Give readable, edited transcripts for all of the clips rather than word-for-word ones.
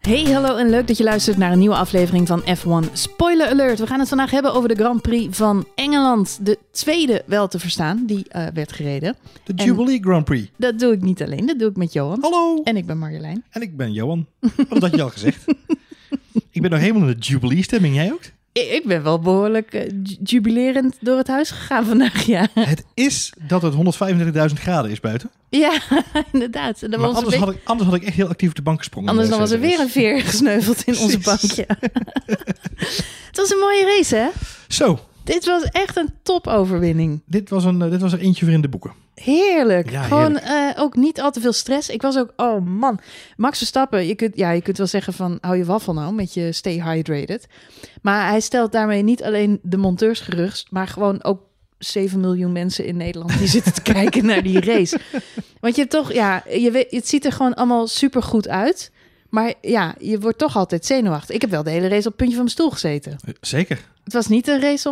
Hey, hallo en leuk dat je luistert naar een nieuwe aflevering van F1 Spoiler Alert. We gaan het vandaag hebben over de Grand Prix van Engeland. De tweede wel te verstaan, die werd gereden. De Jubilee Grand Prix. Dat doe ik niet alleen, dat doe ik met Johan. Hallo. En ik ben Marjolein. En ik ben Johan. Dat had je al gezegd. Ik ben nog helemaal in de Jubilee-stemming. Jij ook? Ik ben wel behoorlijk jubilerend door het huis gegaan vandaag, ja. Het is dat het 135.000 graden is buiten. Ja, inderdaad. En Maar anders had ik echt heel actief op de bank gesprongen. Anders dan was er weer een veer gesneuveld in onze bankje. Het was een mooie race, hè? Zo. Dit was echt een topoverwinning. Dit was er eentje voor in de boeken. Heerlijk. Ja, gewoon ook niet al te veel stress. Ik was ook, oh man, Max Verstappen. Je kunt wel zeggen van, hou je waffel nou met je stay hydrated. Maar hij stelt daarmee niet alleen de monteurs gerust, maar gewoon ook 7 miljoen mensen in Nederland die zitten te kijken naar die race. Want je hebt toch, het ziet er gewoon allemaal super goed uit. Maar ja, je wordt toch altijd zenuwachtig. Ik heb wel de hele race op het puntje van mijn stoel gezeten. Zeker. Het was niet een race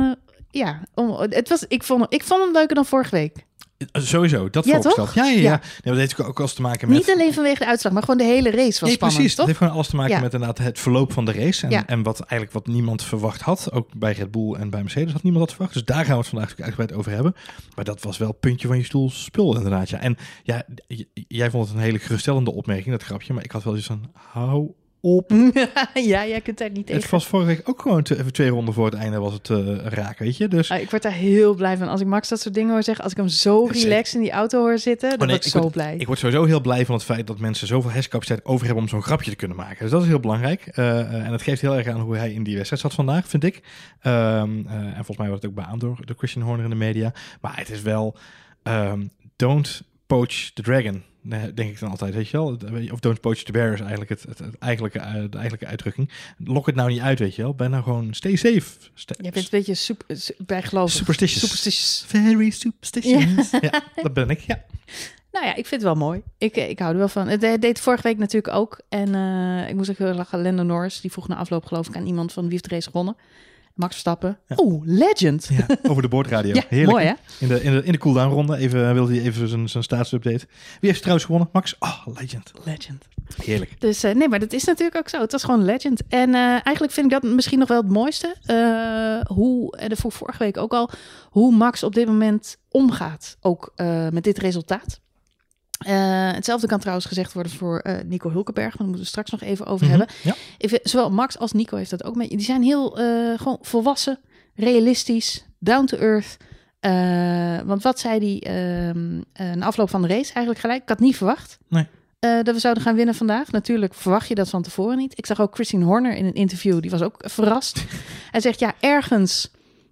ik vond hem leuker dan vorige week. Sowieso, dat Ja, voorgesteld. toch? Ja. Ja. Nee, dat heeft ook alles te maken met... Niet alleen vanwege de uitslag, maar gewoon de hele race was spannend, precies. toch? Het heeft gewoon alles te maken Ja. met inderdaad het verloop van de race. En, Ja. en wat niemand verwacht had. Ook bij Red Bull en bij Mercedes had niemand dat verwacht. Dus daar gaan we het vandaag natuurlijk uitgebreid over hebben. Maar dat was wel het puntje van je stoel spul inderdaad. Ja. En ja, jij vond het een hele geruststellende opmerking, dat grapje. Maar ik had wel eens van, hou op. Ja, jij kunt daar niet tegen. Het was vorige week ook gewoon even 2 ronden voor het einde was het raak, weet je. Dus... Ik word daar heel blij van. Als ik Max dat soort dingen hoor zeggen, als ik hem zo relaxed in die auto hoor zitten, dan word ik zo blij. Ik word sowieso heel blij van het feit dat mensen zoveel hersencapaciteit over hebben om zo'n grapje te kunnen maken. Dus dat is heel belangrijk. En het geeft heel erg aan hoe hij in die wedstrijd zat vandaag, vind ik. En volgens mij wordt het ook beaamd door Christian Horner in de media. Maar het is wel, don't poach the dragon. Denk ik dan altijd, weet je wel. Of don't poach the bear is eigenlijk de eigenlijke uitdrukking. Lok het nou niet uit, weet je wel. Ben nou gewoon stay safe. Je bent een beetje bijgelovig. Superstitious. Very superstitious. Ja, dat ben ik, ja. Nou ja, ik vind het wel mooi. Ik hou er wel van. Het deed vorige week natuurlijk ook. En ik moest ook heel lachen. Lando Norris, die vroeg na afloop geloof ik aan iemand van wie heeft de race gewonnen. Max Verstappen. Ja. Legend. Ja, over de boordradio. Ja, heerlijk. Mooi hè? In de cooldown ronde wilde hij even zijn staatsupdate. Wie heeft trouwens gewonnen? Max? Legend. Heerlijk. Dus nee, maar dat is natuurlijk ook zo. Het was gewoon legend. En eigenlijk vind ik dat misschien nog wel het mooiste. En dat vond ik vorige week ook al. Hoe Max op dit moment omgaat. Ook met dit resultaat. Hetzelfde kan trouwens gezegd worden voor Nico Hulkenberg. Maar daar moeten we straks nog even over hebben. Ja. Zowel Max als Nico heeft dat ook mee. Die zijn heel gewoon volwassen, realistisch, down to earth. Want wat zei hij na afloop van de race eigenlijk gelijk? Ik had niet verwacht dat we zouden gaan winnen vandaag. Natuurlijk verwacht je dat van tevoren niet. Ik zag ook Christian Horner in een interview. Die was ook verrast. Hij zegt eigenlijk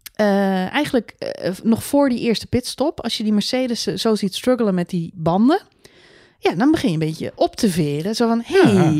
nog voor die eerste pitstop, als je die Mercedes zo ziet struggelen met die banden, ja, dan begin je een beetje op te veren. Zo van,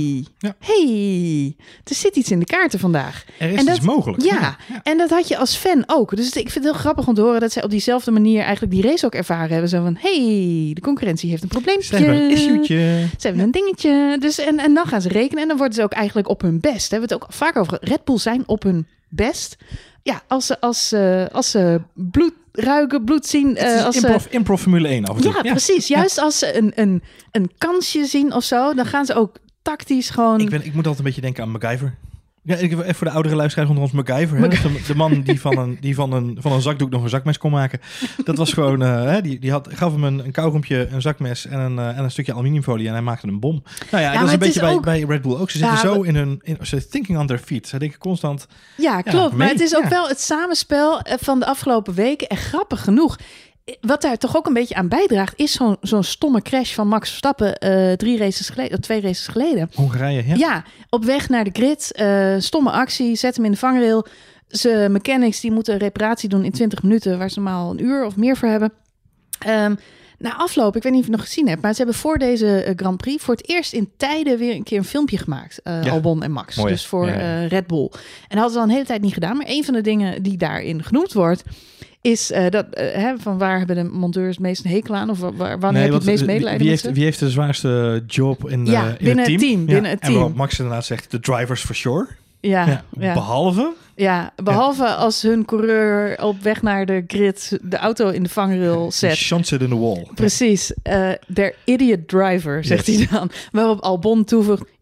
er zit iets in de kaarten vandaag. Er is iets mogelijk. Ja, en dat had je als fan ook. Dus ik vind het heel grappig om te horen dat zij op diezelfde manier eigenlijk die race ook ervaren hebben. Zo van, de concurrentie heeft een probleempje. Ze hebben een issuetje. Ze hebben een dingetje. Dus, en dan gaan ze rekenen en dan worden ze ook eigenlijk op hun best. We hebben het ook vaak over. Red Bull zijn op hun best. Ja, als ze bloed ruiken, bloed zien. Improv Formule 1 af en toe. Ja, precies. Juist als ze een kansje zien of zo, dan gaan ze ook tactisch gewoon... Ik moet altijd een beetje denken aan MacGyver. Ja, even voor de oudere luisteraars onder ons MacGyver. Hè? De man die van een zakdoek nog een zakmes kon maken. Dat was gewoon... gaf hem een kauwgompje, een zakmes en een stukje aluminiumfolie en hij maakte een bom. Nou ja, dat is een beetje bij Red Bull ook. Ze zitten zo ze thinking on their feet. Ze denken constant... Ja, klopt. Maar het is ook wel het samenspel van de afgelopen weken. En grappig genoeg... Wat daar toch ook een beetje aan bijdraagt, is zo'n stomme crash van Max Verstappen 2 races geleden. Hongarije, ja. Ja, op weg naar de grid. Stomme actie, zet hem in de vangrail. Zijn mechanics die moeten een reparatie doen in 20 minuten, waar ze normaal een uur of meer voor hebben. Na afloop, ik weet niet of je het nog gezien hebt, maar ze hebben voor deze Grand Prix voor het eerst in tijden weer een keer een filmpje gemaakt. Albon en Max. Mooi, dus voor Red Bull. En dat hadden ze al een hele tijd niet gedaan. Maar een van de dingen die daarin genoemd wordt, is van waar hebben de monteurs het meest een hekel aan? Of wanneer heb je het meest medelijden met ze? Wie heeft de zwaarste job in het team? Binnen het team. En Max inderdaad zegt, the drivers for sure. Ja. Behalve? Ja, behalve als hun coureur op weg naar de grid de auto in de vangrail zet. Shunts it in the wall. Precies. Their idiot driver, zegt hij dan. Waarop Albon toevoegt,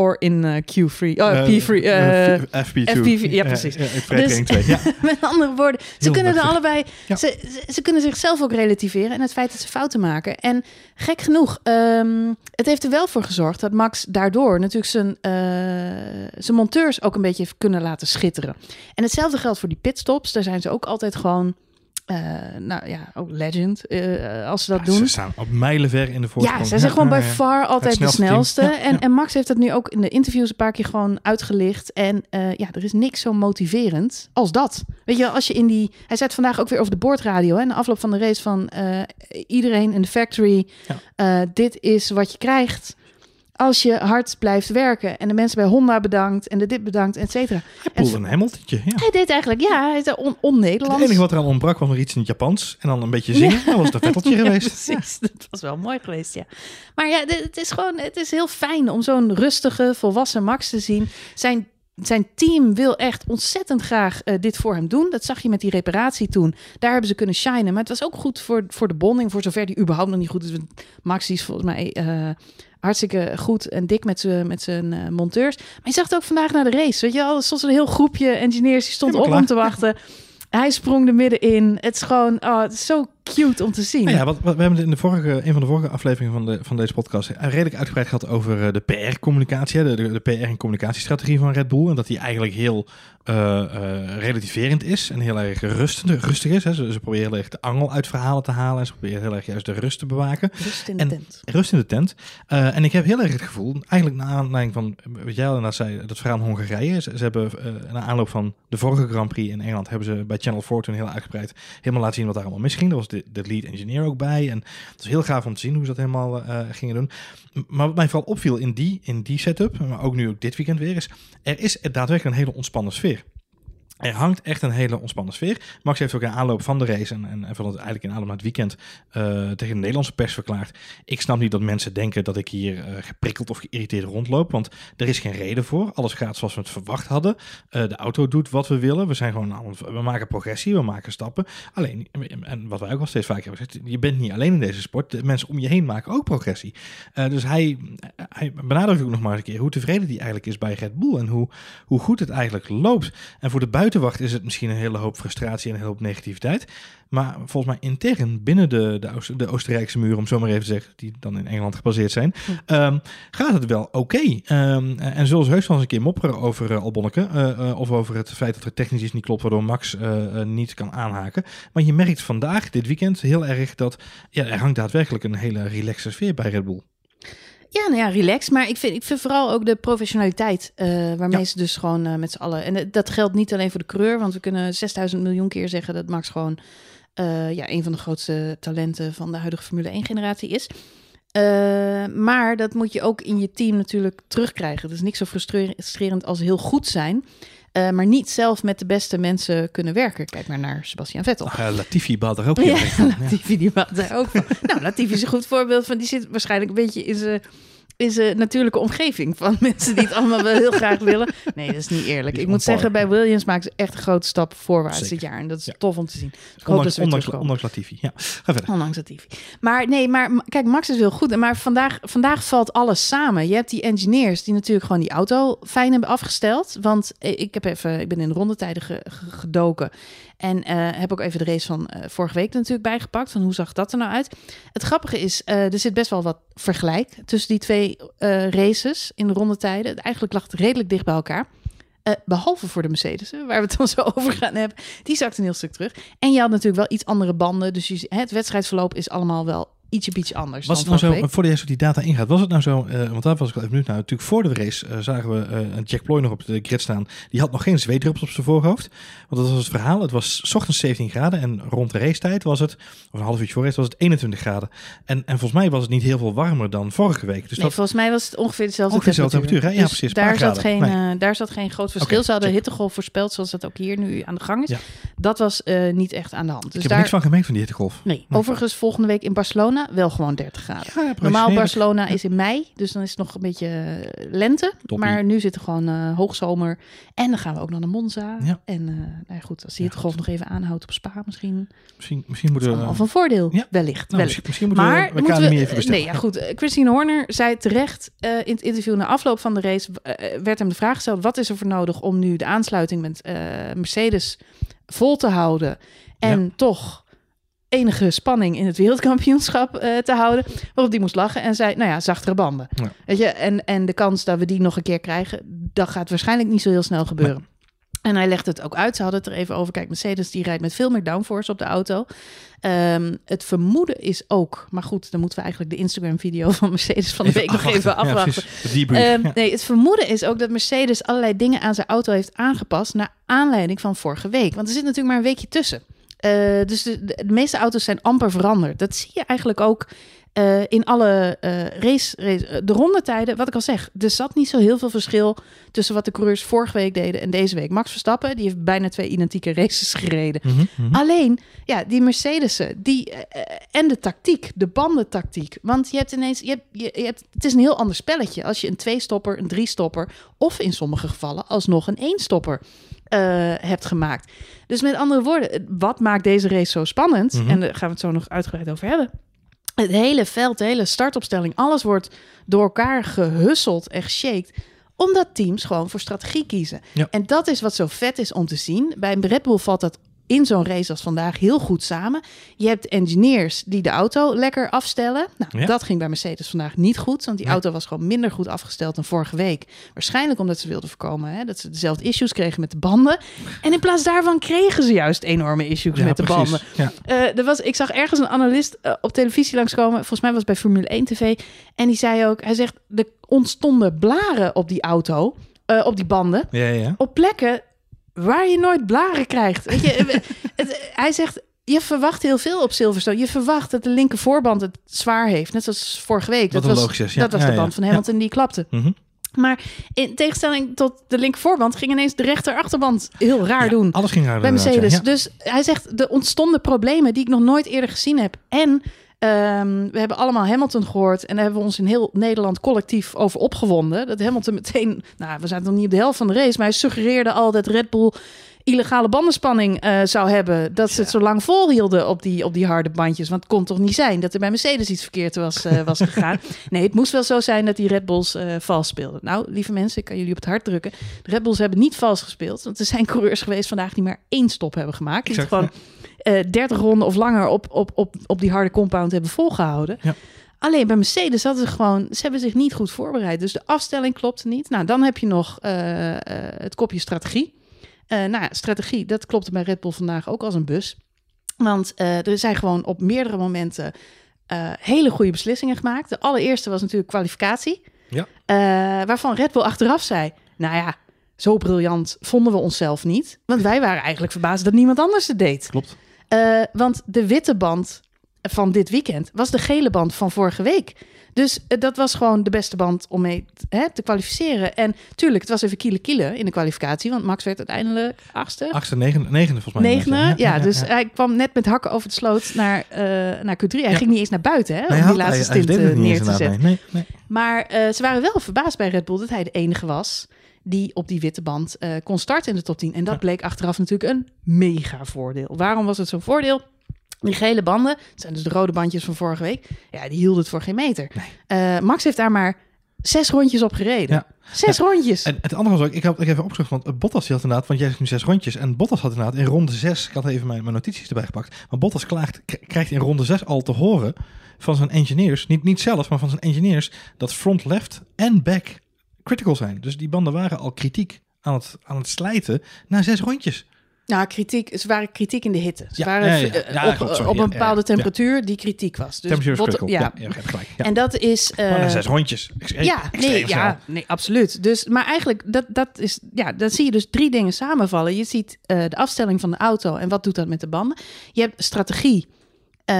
or in Q3, P3, FP2. Ja, precies. Dus, 2, ja. Met andere woorden, ze kunnen er allebei... Ja. Ze kunnen zichzelf ook relativeren en het feit dat ze fouten maken. En gek genoeg, het heeft er wel voor gezorgd dat Max daardoor natuurlijk zijn monteurs ook een beetje heeft kunnen laten schitteren. En hetzelfde geldt voor die pitstops. Daar zijn ze ook altijd gewoon... ook legend als ze dat doen. Ze staan op mijlenver in de voorsprong. Ja, ze zijn gewoon bij far altijd de snelste. En Max heeft dat nu ook in de interviews een paar keer gewoon uitgelicht. En er is niks zo motiverend als dat. Weet je, als je in die... Hij zei het vandaag ook weer over de boordradio. Hè, na afloop van de race van iedereen in de factory. Ja. Dit is wat je krijgt als je hard blijft werken. En de mensen bij Honda bedankt en de dit bedankt, et cetera. Hij poelde een Hamiltje. Ja. Hij deed eigenlijk, hij is on-Nederlands. Het enige wat eraan ontbrak was nog iets in het Japans. En dan een beetje zingen. Dat was het Vetteltje geweest. Precies, dat was wel mooi geweest, ja. Maar ja, het is heel fijn om zo'n rustige, volwassen Max te zien. Zijn team wil echt ontzettend graag dit voor hem doen. Dat zag je met die reparatie toen. Daar hebben ze kunnen shinen. Maar het was ook goed voor de bonding, voor zover die überhaupt nog niet goed is. Max is volgens mij... hartstikke goed en dik met zijn monteurs. Maar je zag het ook vandaag na de race. Weet je, er stond een heel groepje engineers die stond op om te wachten. Hij sprong er middenin. Het is gewoon het is zo cute om te zien. Ja, we hebben het in een van de vorige afleveringen van deze podcast redelijk uitgebreid gehad over de PR-communicatie. De PR- en communicatiestrategie van Red Bull. En dat die eigenlijk heel relativerend is en heel erg rustig is. Hè. Ze proberen heel erg de angel uit verhalen te halen. En ze proberen heel erg juist de rust te bewaken. Rust in de tent. En ik heb heel erg het gevoel, eigenlijk naar aanleiding van wat jij al zei, dat verhaal in Hongarije. Ze hebben na aanloop van de vorige Grand Prix in Engeland hebben ze bij Channel 4 toen heel uitgebreid helemaal laten zien wat daar allemaal misging. Daar was de lead engineer ook bij. En het is heel gaaf om te zien hoe ze dat helemaal gingen doen. Maar wat mij vooral opviel in die setup, maar ook nu ook dit weekend weer, is er is daadwerkelijk een hele ontspannen sfeer. Er hangt echt een hele ontspannen sfeer. Max heeft ook in aanloop van de race en van het eigenlijk in aanloop naar het weekend tegen de Nederlandse pers verklaard. Ik snap niet dat mensen denken dat ik hier geprikkeld of geïrriteerd rondloop, want er is geen reden voor. Alles gaat zoals we het verwacht hadden. De auto doet wat we willen. We maken progressie, we maken stappen. Alleen, en wat wij ook al steeds vaker hebben gezegd, je bent niet alleen in deze sport. De mensen om je heen maken ook progressie. Dus hij benadrukt ook nog maar eens een keer hoe tevreden hij eigenlijk is bij Red Bull en hoe goed het eigenlijk loopt. En voor de buitenwacht is het misschien een hele hoop frustratie en een hele hoop negativiteit. Maar volgens mij intern binnen de Oostenrijkse muur, om zo maar even te zeggen, die dan in Engeland gebaseerd zijn, gaat het wel oké. En zullen ze heus wel eens een keer mopperen over Albonneke of over het feit dat er technisch iets niet klopt, waardoor Max niet kan aanhaken. Maar je merkt vandaag, dit weekend, heel erg dat er hangt daadwerkelijk een hele relaxe sfeer bij Red Bull. Ja, relaxed. Maar ik vind vooral ook de professionaliteit waarmee ze dus gewoon met z'n allen... En dat geldt niet alleen voor de coureur, want we kunnen 6000 miljoen keer zeggen dat Max gewoon een van de grootste talenten van de huidige Formule 1-generatie is. Maar dat moet je ook in je team natuurlijk terugkrijgen. Het is niks zo frustrerend als heel goed zijn, maar niet zelf met de beste mensen kunnen werken. Kijk maar naar Sebastian Vettel. Latifi baalt er ook heel erg van. Latifi die baalt er ook van. Nou, Latifi is een goed voorbeeld van. Die zit waarschijnlijk een beetje in zijn natuurlijke omgeving van mensen die het allemaal wel heel graag willen. Nee, dat is niet eerlijk. Ik moet zeggen, bij Williams maken ze echt een grote stap voorwaarts dit jaar. En dat is tof om te zien. Ondanks Latifi. Ja, ga verder. Ondanks Latifi. Maar kijk, Max is heel goed. Maar vandaag valt alles samen. Je hebt die engineers die natuurlijk gewoon die auto fijn hebben afgesteld. Want ik ben in de rondetijden gedoken. En heb ook even de race van vorige week natuurlijk bijgepakt. Van hoe zag dat er nou uit? Het grappige is, er zit best wel wat vergelijk tussen die twee races in de rondetijden. Eigenlijk lag het redelijk dicht bij elkaar. Behalve voor de Mercedes, waar we het dan zo over gaan hebben. Die zakt een heel stuk terug. En je had natuurlijk wel iets andere banden. Dus het wedstrijdsverloop is allemaal wel ietsje anders. Was het nou zo, voordat je op die data ingaat, was het nou zo, want daar was ik wel even benieuwd naar. Natuurlijk voor de race zagen we Jack Ploy nog op de grid staan. Die had nog geen zweetdruppels op zijn voorhoofd. Want dat was het verhaal. Het was 's ochtends 17 graden en rond de racetijd was het, of een half uurtje voor race, was het 21 graden. En volgens mij was het niet heel veel warmer dan vorige week. Dus volgens mij was het ongeveer dezelfde temperatuur. Hè? Ja, dus precies. Daar zat geen groot verschil. Okay, ze hadden hittegolf voorspeld, zoals dat ook hier nu aan de gang is. Ja. Dat was niet echt aan de hand. Dus ik heb er niks van gemerkt van die hittegolf. Nee. Overigens volgende week in Barcelona Barcelona wel gewoon 30 graden. Ja, Normaal Barcelona is in mei, dus dan is het nog een beetje lente. Toppie. Maar nu zit er gewoon hoogzomer. En dan gaan we ook naar de Monza. Ja. En nou ja, goed, als hij het golf nog even aanhoudt op Spa misschien. Misschien moeten we... Of een voordeel, Ja. wellicht. Nou, wellicht. misschien moeten Maar we elkaar even bestellen. nee, ja, goed. Christine Horner zei terecht in het interview na afloop van de race, werd hem de vraag gesteld, wat is er voor nodig om nu de aansluiting met Mercedes vol te houden en toch enige spanning in het wereldkampioenschap te houden, waarop die moest lachen en zei, nou ja, zachtere banden. Ja. Weet je, en de kans dat we die nog een keer krijgen, dat gaat waarschijnlijk niet zo heel snel gebeuren. Nee. En hij legt het ook uit. Ze hadden het er even over. Kijk, Mercedes die rijdt met veel meer downforce op de auto. Het vermoeden is ook... Maar goed, dan moeten we eigenlijk de Instagram-video van Mercedes van de week nog even afwachten. Nee, het vermoeden is ook dat Mercedes allerlei dingen aan zijn auto heeft aangepast naar aanleiding van vorige week. Want er zit natuurlijk maar een weekje tussen. Dus de meeste auto's zijn amper veranderd. Dat zie je eigenlijk ook in alle race, de rondetijden. Wat ik al zeg, er zat niet zo heel veel verschil tussen wat de coureurs vorige week deden en deze week. Max Verstappen, die heeft bijna 2 identieke races gereden. Alleen, ja, die Mercedes'en, en de tactiek, de bandentactiek. Want je hebt ineens, het is een heel ander spelletje als je een 2-stopper, een 3-stopper of in sommige gevallen alsnog een 1-stopper hebt gemaakt. Dus met andere woorden, wat maakt deze race zo spannend? En daar gaan we het zo nog uitgebreid over hebben. Het hele veld, de hele startopstelling, alles wordt door elkaar gehusseld en geshaked, omdat teams gewoon voor strategie kiezen. Ja. En dat is wat zo vet is om te zien. Bij een Red Bull valt dat in zo'n race als vandaag heel goed samen. Je hebt engineers die de auto lekker afstellen. Nou, dat ging bij Mercedes vandaag niet goed, want die auto was gewoon minder goed afgesteld dan vorige week. Waarschijnlijk omdat ze wilden voorkomen dat ze dezelfde issues kregen met de banden. En in plaats daarvan kregen ze juist enorme issues met de banden. Ja. Ik zag ergens een analist op televisie langskomen, volgens mij was het bij Formule 1 TV, en die zei ook, hij zegt, er ontstonden blaren op die auto, op die banden, op plekken waar je nooit blaren krijgt. Weet je, hij zegt, je verwacht heel veel op Silverstone. Je verwacht dat de linker voorband het zwaar heeft. Net zoals vorige week. Dat was de band van Hamilton die klapte. Maar in tegenstelling tot de linker voorband ging ineens de rechter achterband heel raar doen. Alles ging raar bij Mercedes. Dus hij zegt, de ontstonden problemen die ik nog nooit eerder gezien heb. En we hebben allemaal Hamilton gehoord en daar hebben we ons in heel Nederland collectief over opgewonden. Dat Hamilton meteen, we zaten nog niet op de helft van de race, maar hij suggereerde al dat Red Bull illegale bandenspanning zou hebben. Dat ze het zo lang volhielden op die harde bandjes. Want het kon toch niet zijn dat er bij Mercedes iets verkeerd was gegaan. Nee, het moest wel zo zijn dat die Red Bulls vals speelden. Nou, lieve mensen, ik kan jullie op het hart drukken. De Red Bulls hebben niet vals gespeeld. Want er zijn coureurs geweest vandaag die maar 1 stop hebben gemaakt. Die het gewoon 30 ronden of langer op die harde compound hebben volgehouden. Ja. Alleen bij Mercedes hadden ze hebben zich niet goed voorbereid. Dus de afstelling klopte niet. Nou, dan heb je nog het kopje strategie. Strategie, dat klopte bij Red Bull vandaag ook als een bus. Want er zijn gewoon op meerdere momenten hele goede beslissingen gemaakt. De allereerste was natuurlijk kwalificatie. Ja. Waarvan Red Bull achteraf zei, nou ja, zo briljant vonden we onszelf niet. Want wij waren eigenlijk verbaasd dat niemand anders het deed. Klopt. Want de witte band van dit weekend was de gele band van vorige week. Dus dat was gewoon de beste band om mee te kwalificeren. En tuurlijk, het was even kiele in de kwalificatie. Want Max werd uiteindelijk 8e. Negende volgens mij. 9e, ja. Dus hij kwam net met hakken over de sloot naar Q3. Hij ging niet eens naar buiten om die laatste stint neer te zetten. Nee. Maar ze waren wel verbaasd bij Red Bull dat hij de enige was die op die witte band kon starten in de top 10. En dat bleek achteraf natuurlijk een mega voordeel. Waarom was het zo'n voordeel? Die gele banden, dat zijn dus de rode bandjes van vorige week, ja, die hielden het voor geen meter. Nee. Max heeft daar maar 6 rondjes op gereden. Ja. 6 rondjes. En het andere was ook, ik heb even opgezocht, want Bottas had inderdaad, want jij zegt nu 6 rondjes, en Bottas had inderdaad in ronde 6, ik had even mijn notities erbij gepakt, maar Bottas krijgt in ronde 6 al te horen van zijn engineers, niet zelf, maar van zijn engineers, dat front left en back critical zijn. Dus die banden waren al kritiek aan het slijten na 6 rondjes. Nou, ze waren kritiek in de hitte. Ze waren op een bepaalde temperatuur die kritiek was. Dus temperatuur is gelijk. Ja. En dat is... na 6 rondjes. Nee, absoluut. Dus, maar eigenlijk, dat zie je dus 3 dingen samenvallen. Je ziet de afstelling van de auto en wat doet dat met de banden. Je hebt strategie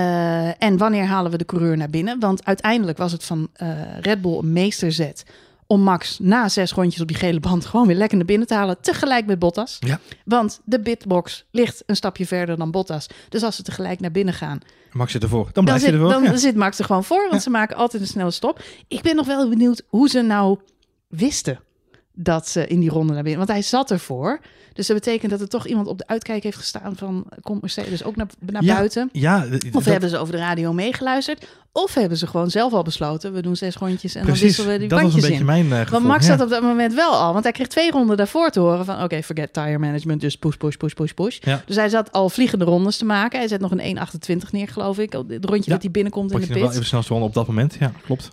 en wanneer halen we de coureur naar binnen. Want uiteindelijk was het van Red Bull een meesterzet om Max na 6 rondjes op die gele band gewoon weer lekker naar binnen te halen. Tegelijk met Bottas. Ja. Want de pitbox ligt een stapje verder dan Bottas. Dus als ze tegelijk naar binnen gaan... Max zit ervoor. Dan blijft hij ervoor. Dan zit Max er gewoon voor, want ze maken altijd een snelle stop. Ik ben nog wel benieuwd hoe ze nou wisten dat ze in die ronde naar binnen... Want hij zat ervoor. Dus dat betekent dat er toch iemand op de uitkijk heeft gestaan van... komt Mercedes ook naar buiten? Ja, Of hebben ze over de radio meegeluisterd? Of hebben ze gewoon zelf al besloten... we doen 6 rondjes en precies, dan wisselen we die bandjes in. Dat was een beetje mijn gevoel. Want Max zat op dat moment wel al. Want hij kreeg 2 ronden daarvoor te horen van... oké, forget tire management, dus push. Ja. Dus hij zat al vliegende rondes te maken. Hij zet nog een 1.28 neer, geloof ik. Het rondje dat hij binnenkomt in de pit. Wel even snelste ronde op dat moment, ja, klopt.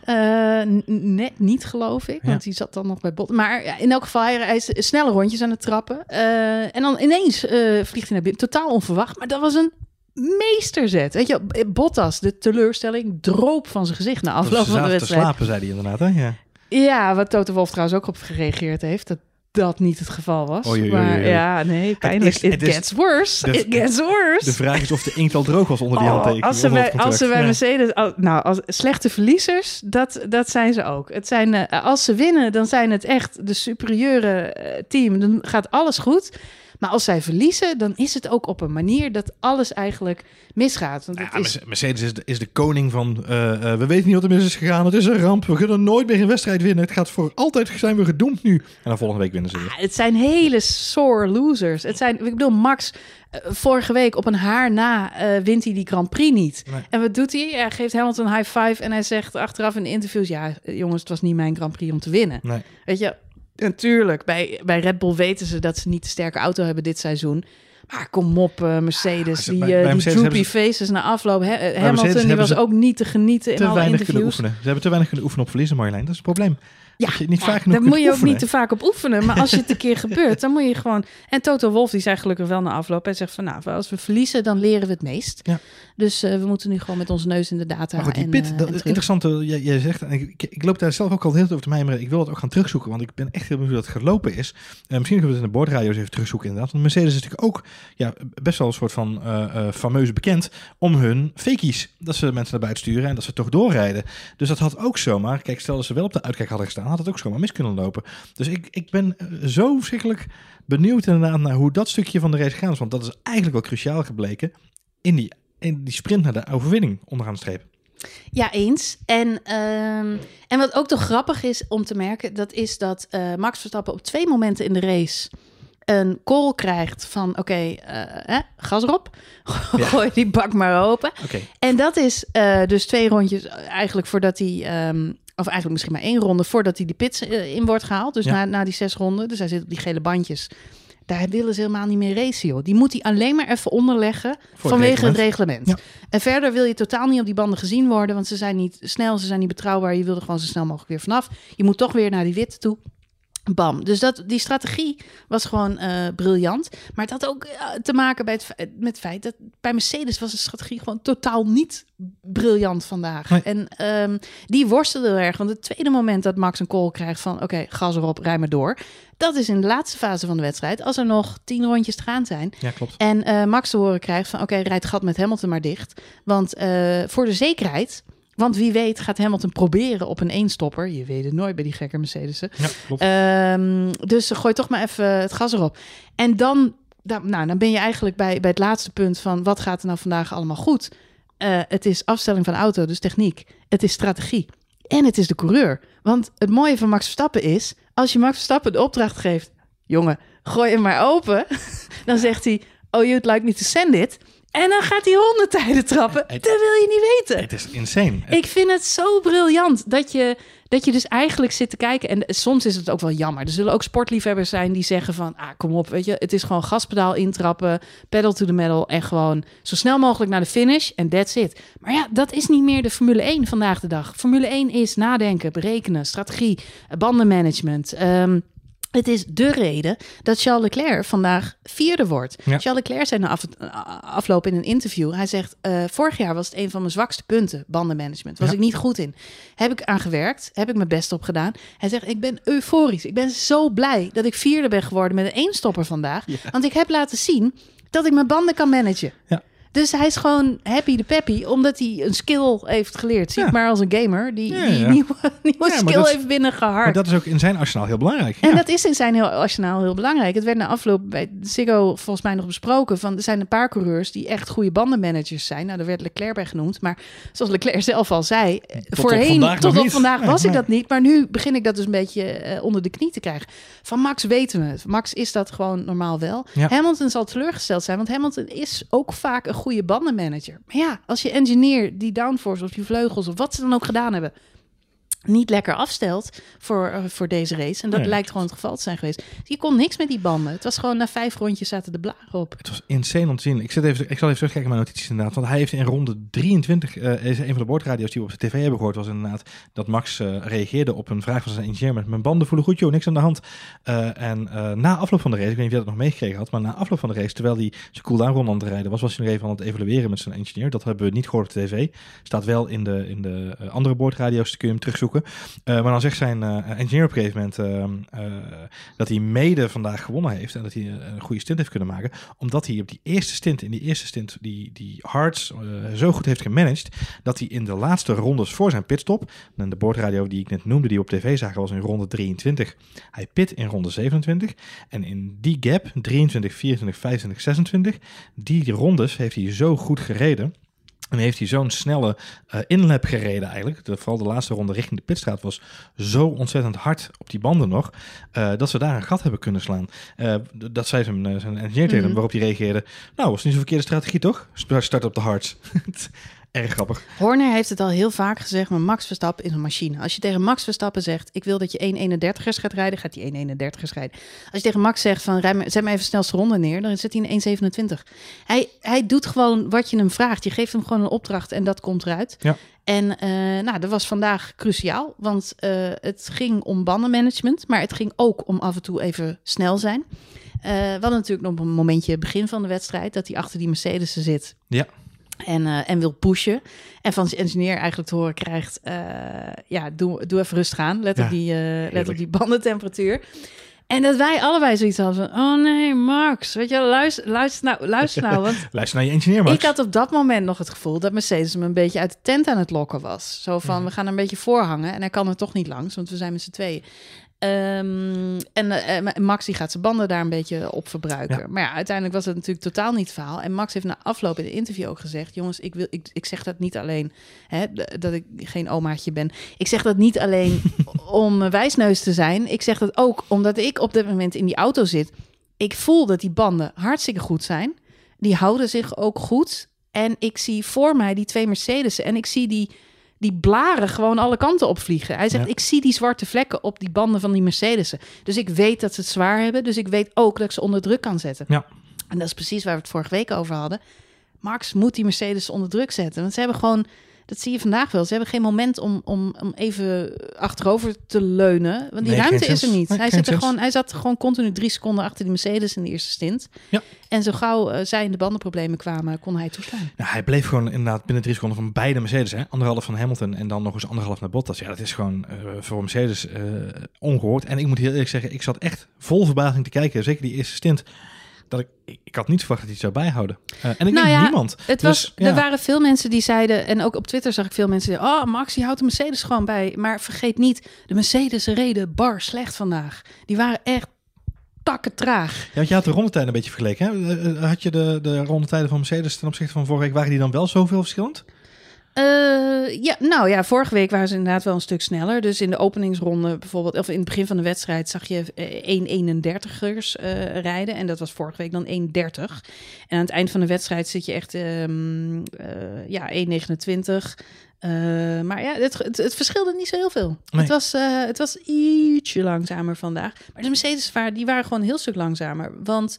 Net niet, geloof ik. Want die zat dan nog bij Bot. Maar ja, in elk geval, hij is snelle rondjes aan het trappen. En dan ineens vliegt hij naar binnen. Totaal onverwacht. Maar dat was een meesterzet. Weet je, Bottas, de teleurstelling, droop van zijn gezicht na afloop van de wedstrijd. Te slapen, zei hij inderdaad, hè? Ja. Ja, wat Toto Wolff trouwens ook op gereageerd heeft. Dat niet het geval was. Maar ja, nee, pijnlijk. It gets worse. De vraag is of de inkt al droog was onder die handtekening. Als ze bij Mercedes... als slechte verliezers, dat zijn ze ook. Het zijn, als ze winnen, dan zijn het echt de superieure team. Dan gaat alles goed. Maar als zij verliezen, dan is het ook op een manier dat alles eigenlijk misgaat. Want Mercedes is de koning van... we weten niet wat er mis is gegaan. Het is een ramp. We kunnen nooit meer een wedstrijd winnen. Het gaat voor altijd zijn we gedoemd nu. En dan volgende week winnen ze weer. Het zijn hele sore losers. Ik bedoel, Max... vorige week op een haar na wint hij die Grand Prix niet. Nee. En wat doet hij? Hij geeft Hamilton een high five en hij zegt achteraf in de interviews... ja, jongens, het was niet mijn Grand Prix om te winnen. Nee. Weet je... Natuurlijk, bij Red Bull weten ze dat ze niet de sterke auto hebben dit seizoen. Maar kom op, Mercedes. Die droopy faces na afloop. Hamilton die was ook niet te genieten in alle interviews. Ze hebben te weinig kunnen oefenen op verliezen, Marjolein. Dat is het probleem. Ja, daar moet je ook niet te vaak op oefenen. Maar als het een keer gebeurt, dan moet je gewoon... En Toto Wolff, die zei gelukkig wel na afloop. Hij zegt van, nou, als we verliezen, dan leren we het meest. Ja. Dus we moeten nu gewoon met onze neus in de data. Maar goed, die pit, dat is interessant. Jij zegt, en ik loop daar zelf ook al heel veel over te mijmeren. Ik wil het ook gaan terugzoeken, want ik ben echt heel benieuwd hoe dat gelopen is. Misschien kunnen we het in de boordradio's even terugzoeken inderdaad. Want Mercedes is natuurlijk ook best wel een soort van fameus bekend om hun fakies. Dat ze mensen naar buiten sturen en dat ze toch doorrijden. Dus dat had ook zomaar, kijk, stel dat ze wel op de uitkijk hadden gestaan, had het ook zomaar mis kunnen lopen. Dus ik ben zo verschrikkelijk benieuwd inderdaad naar hoe dat stukje van de race gaat. Want dat is eigenlijk wel cruciaal gebleken in die sprint naar de overwinning onderaan de streep. Ja, eens. En wat ook toch grappig is om te merken, dat is dat Max Verstappen op 2 momenten in de race een call krijgt van gas erop. Gooi die bak maar open. Okay. En dat is dus 2 rondjes eigenlijk voordat hij... of eigenlijk misschien maar 1 ronde voordat hij die pits in wordt gehaald. Dus na die 6 ronden. Dus hij zit op die gele bandjes. Daar willen ze helemaal niet meer racen, joh. Die moet hij alleen maar even onderleggen vanwege het reglement. Ja. En verder wil je totaal niet op die banden gezien worden, want ze zijn niet snel, ze zijn niet betrouwbaar. Je wil er gewoon zo snel mogelijk weer vanaf. Je moet toch weer naar die witte toe. Bam. Dus die strategie was gewoon briljant. Maar het had ook te maken met het feit dat bij Mercedes was de strategie gewoon totaal niet briljant vandaag. Nee. En die worstelde heel erg. Want het tweede moment dat Max een call krijgt van oké, gas erop, rij maar door. Dat is in de laatste fase van de wedstrijd. Als er nog 10 rondjes te gaan zijn. Ja, klopt. En Max te horen krijgt van oké, rijd het gat met Hamilton maar dicht. Want voor de zekerheid... Want wie weet gaat Hamilton proberen op een eenstopper. Je weet het nooit bij die gekke Mercedes'en. Ja, klopt. Dus gooi toch maar even het gas erop. En dan ben je eigenlijk bij het laatste punt van... wat gaat er nou vandaag allemaal goed? Het is afstelling van de auto, dus techniek. Het is strategie. En het is de coureur. Want het mooie van Max Verstappen is... als je Max Verstappen de opdracht geeft... jongen, gooi hem maar open. Dan zegt hij... oh, you'd like me to send it... En dan gaat hij rondetijden trappen. Dat wil je niet weten. Het is insane. Ik vind het zo briljant dat je dus eigenlijk zit te kijken. En soms is het ook wel jammer. Er zullen ook sportliefhebbers zijn die zeggen van... kom op, weet je. Het is gewoon gaspedaal intrappen. Pedal to the metal. En gewoon zo snel mogelijk naar de finish. En that's it. Maar ja, dat is niet meer de Formule 1 vandaag de dag. Formule 1 is nadenken, berekenen, strategie, bandenmanagement... Het is de reden dat Charles Leclerc vandaag 4e wordt. Ja. Charles Leclerc zei na afloop in een interview... hij zegt, vorig jaar was het een van mijn zwakste punten, bandenmanagement. Was ik niet goed in. Heb ik aan gewerkt, heb ik mijn best op gedaan. Hij zegt, ik ben euforisch. Ik ben zo blij dat ik 4e ben geworden met een eenstopper vandaag. Ja. Want ik heb laten zien dat ik mijn banden kan managen. Ja. Dus hij is gewoon happy de peppy, omdat hij een skill heeft geleerd. Zie ik maar als een gamer die nieuwe skill heeft binnengeharkt. Maar dat is ook in zijn arsenaal heel belangrijk. En dat is in zijn arsenaal heel belangrijk. Het werd na afloop bij Ziggo volgens mij nog besproken van er zijn een paar coureurs die echt goede bandenmanagers zijn. Nou, daar werd Leclerc bij genoemd. Maar zoals Leclerc zelf al zei, tot op vandaag was ik dat niet. Maar nu begin ik dat dus een beetje onder de knie te krijgen. Van Max weten we het. Max is dat gewoon normaal wel. Ja. Hamilton zal teleurgesteld zijn, want Hamilton is ook vaak een goede bandenmanager. Maar ja, als je engineer die downforce of die vleugels of wat ze dan ook gedaan hebben, niet lekker afstelt voor deze race. En dat lijkt gewoon het geval te zijn geweest. Je kon niks met die banden. Het was gewoon na 5 rondjes zaten de blaren op. Het was insane om te zien. Ik zal even terugkijken naar mijn notities inderdaad. Want hij heeft in ronde 23, een van de boordradio's die we op de tv hebben gehoord, was inderdaad dat Max reageerde op een vraag van zijn engineer met mijn banden voelen goed, joh, niks aan de hand. Na afloop van de race, ik weet niet of je dat nog meegekregen had, maar na afloop van de race, terwijl hij zijn cooldown ronde aan het rijden was hij nog even aan het evalueren met zijn engineer. Dat hebben we niet gehoord op de tv. Staat wel in de andere boordradio's, kun je hem terugzoeken. Maar dan zegt zijn engineer op een gegeven moment dat hij mede vandaag gewonnen heeft en dat hij een goede stint heeft kunnen maken, omdat hij op die eerste stint die hards zo goed heeft gemanaged, dat hij in de laatste rondes voor zijn pitstop, en de boordradio die ik net noemde, die op tv zagen, was in ronde 23. Hij pit in ronde 27 en in die gap, 23, 24, 25, 26, die rondes heeft hij zo goed gereden. En heeft hij zo'n snelle inlap gereden eigenlijk. Vooral de laatste ronde richting de pitstraat was zo ontzettend hard op die banden nog. Dat ze daar een gat hebben kunnen slaan. Dat zei zijn engineer tegen hem, waarop hij reageerde. Nou, was niet zo'n verkeerde strategie toch? Start op de hards. Erg grappig. Horner heeft het al heel vaak gezegd, maar Max Verstappen is een machine. Als je tegen Max Verstappen zegt, ik wil dat je 1.31'ers gaat rijden, gaat hij 1.31'ers rijden. Als je tegen Max zegt, van zet me even snelste ronde neer, dan zet hij een 1.27. Hij doet gewoon wat je hem vraagt. Je geeft hem gewoon een opdracht en dat komt eruit. Ja. En dat was vandaag cruciaal, want het ging om bandenmanagement, maar het ging ook om af en toe even snel zijn. We hadden natuurlijk nog een momentje begin van de wedstrijd, dat hij achter die Mercedes zit. Ja. En wil pushen. En van zijn engineer eigenlijk te horen krijgt, doe even rustig aan. Let op die bandentemperatuur. En dat wij allebei zoiets hadden van, oh nee, Max, weet je, luister nou. Want luister naar je engineer, Max. Ik had op dat moment nog het gevoel dat Mercedes hem een beetje uit de tent aan het lokken was. Zo van, we gaan er een beetje voorhangen en hij kan er toch niet langs, want we zijn met z'n tweeën. Max die gaat zijn banden daar een beetje op verbruiken. Ja. Maar ja, uiteindelijk was het natuurlijk totaal niet het verhaal. En Max heeft na afloop in de interview ook gezegd, jongens, ik zeg dat niet alleen, dat ik geen omaatje ben. Ik zeg dat niet alleen om wijsneus te zijn. Ik zeg dat ook omdat ik op dit moment in die auto zit. Ik voel dat die banden hartstikke goed zijn. Die houden zich ook goed. En ik zie voor mij die 2 Mercedes'en en ik zie die blaren gewoon alle kanten opvliegen. Hij zegt, ik zie die zwarte vlekken op die banden van die Mercedes'en. Dus ik weet dat ze het zwaar hebben. Dus ik weet ook dat ik ze onder druk kan zetten. Ja. En dat is precies waar we het vorige week over hadden. Max moet die Mercedes onder druk zetten. Want ze hebben gewoon, dat zie je vandaag wel, ze hebben geen moment om even achterover te leunen. Want die ruimte is er niet. Hij zat gewoon continu 3 seconden achter die Mercedes in de eerste stint. Ja. En zo gauw zij in de bandenproblemen kwamen, kon hij toeslaan. Nou, hij bleef gewoon inderdaad binnen 3 seconden van beide Mercedes. 1,5 van Hamilton en dan nog eens 1,5 naar Bottas. Ja, dat is gewoon voor Mercedes ongehoord. En ik moet heel eerlijk zeggen, ik zat echt vol verbazing te kijken. Zeker die eerste stint. Dat ik had niet verwacht dat hij het zou bijhouden. En ik denk niemand. Er waren veel mensen die zeiden, en ook op Twitter zag ik veel mensen die zeiden, Max, die houdt de Mercedes gewoon bij. Maar vergeet niet, de Mercedes reden bar slecht vandaag. Die waren echt takken traag. Ja, want je had de rondetijden een beetje vergeleken. Hè? Had je de rondetijden van Mercedes ten opzichte van vorige week, waren die dan wel zoveel verschillend? Vorige week waren ze inderdaad wel een stuk sneller. Dus in de openingsronde bijvoorbeeld, of in het begin van de wedstrijd, zag je 1.31'ers rijden. En dat was vorige week dan 1.30. En aan het eind van de wedstrijd zit je echt 1.29. Maar ja, het verschilde niet zo heel veel. Nee. Het was ietsje langzamer vandaag. Maar de Mercedes die waren gewoon een heel stuk langzamer. Want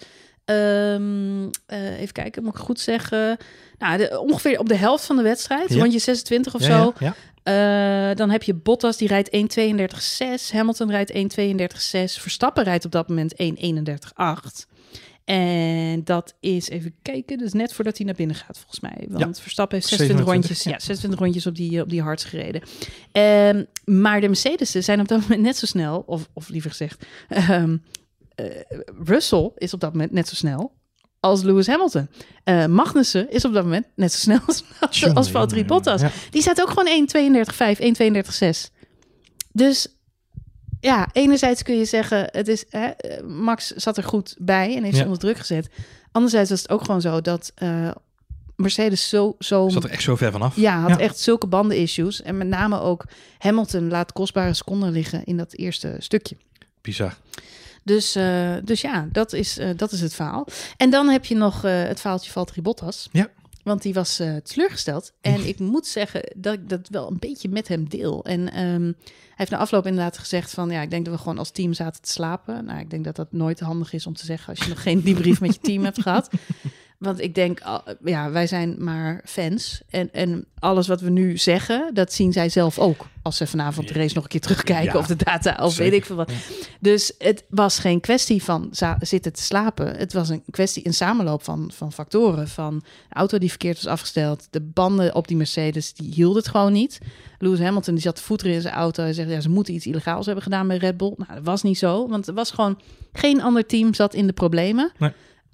even kijken, moet ik goed zeggen. Nou, ongeveer op de helft van de wedstrijd, rondje 26 of zo. Ja. Dan heb je Bottas, die rijdt 1.32.6. Hamilton rijdt 1.32.6. Verstappen rijdt op dat moment 1.31.8. En dat is, even kijken, dus net voordat hij naar binnen gaat, volgens mij. Want Verstappen heeft 26 rondjes op die hards gereden. Maar de Mercedes'en zijn op dat moment net zo snel, of liever gezegd, Russell is op dat moment net zo snel. als Lewis Hamilton. Magnussen is op dat moment net zo snel als Valtteri Bottas. Ja. Die staat ook gewoon 1.32.5, 1.32.6. Dus ja, enerzijds kun je zeggen, het is, Max zat er goed bij en heeft ze onder druk gezet. Anderzijds was het ook gewoon zo dat Mercedes zo... Zat er echt zo ver vanaf. Ja, had echt zulke bandenissues. En met name ook Hamilton laat kostbare seconden liggen in dat eerste stukje. Bizar. Dus ja, dat is het verhaal. En dan heb je nog het verhaaltje Valtteri Bottas. Ja. Want die was teleurgesteld. En ik moet zeggen dat ik dat wel een beetje met hem deel. En hij heeft na afloop inderdaad gezegd van... ja, ik denk dat we gewoon als team zaten te slapen. Nou, ik denk dat dat nooit handig is om te zeggen... als je nog geen debrief met je team hebt gehad. Want ik denk, ja, wij zijn maar fans. En alles wat we nu zeggen, dat zien zij zelf ook. Als ze vanavond de race nog een keer terugkijken of de data, of zeker. Weet ik veel wat. Ja. Dus het was geen kwestie van zitten te slapen. Het was een samenloop van factoren. Van de auto die verkeerd was afgesteld. De banden op die Mercedes, die hielden het gewoon niet. Lewis Hamilton, die zat te voeteren in zijn auto. Hij zegt, ja, ze moeten iets illegaals hebben gedaan bij Red Bull. Nou, dat was niet zo. Want er was gewoon geen ander team zat in de problemen. Nee.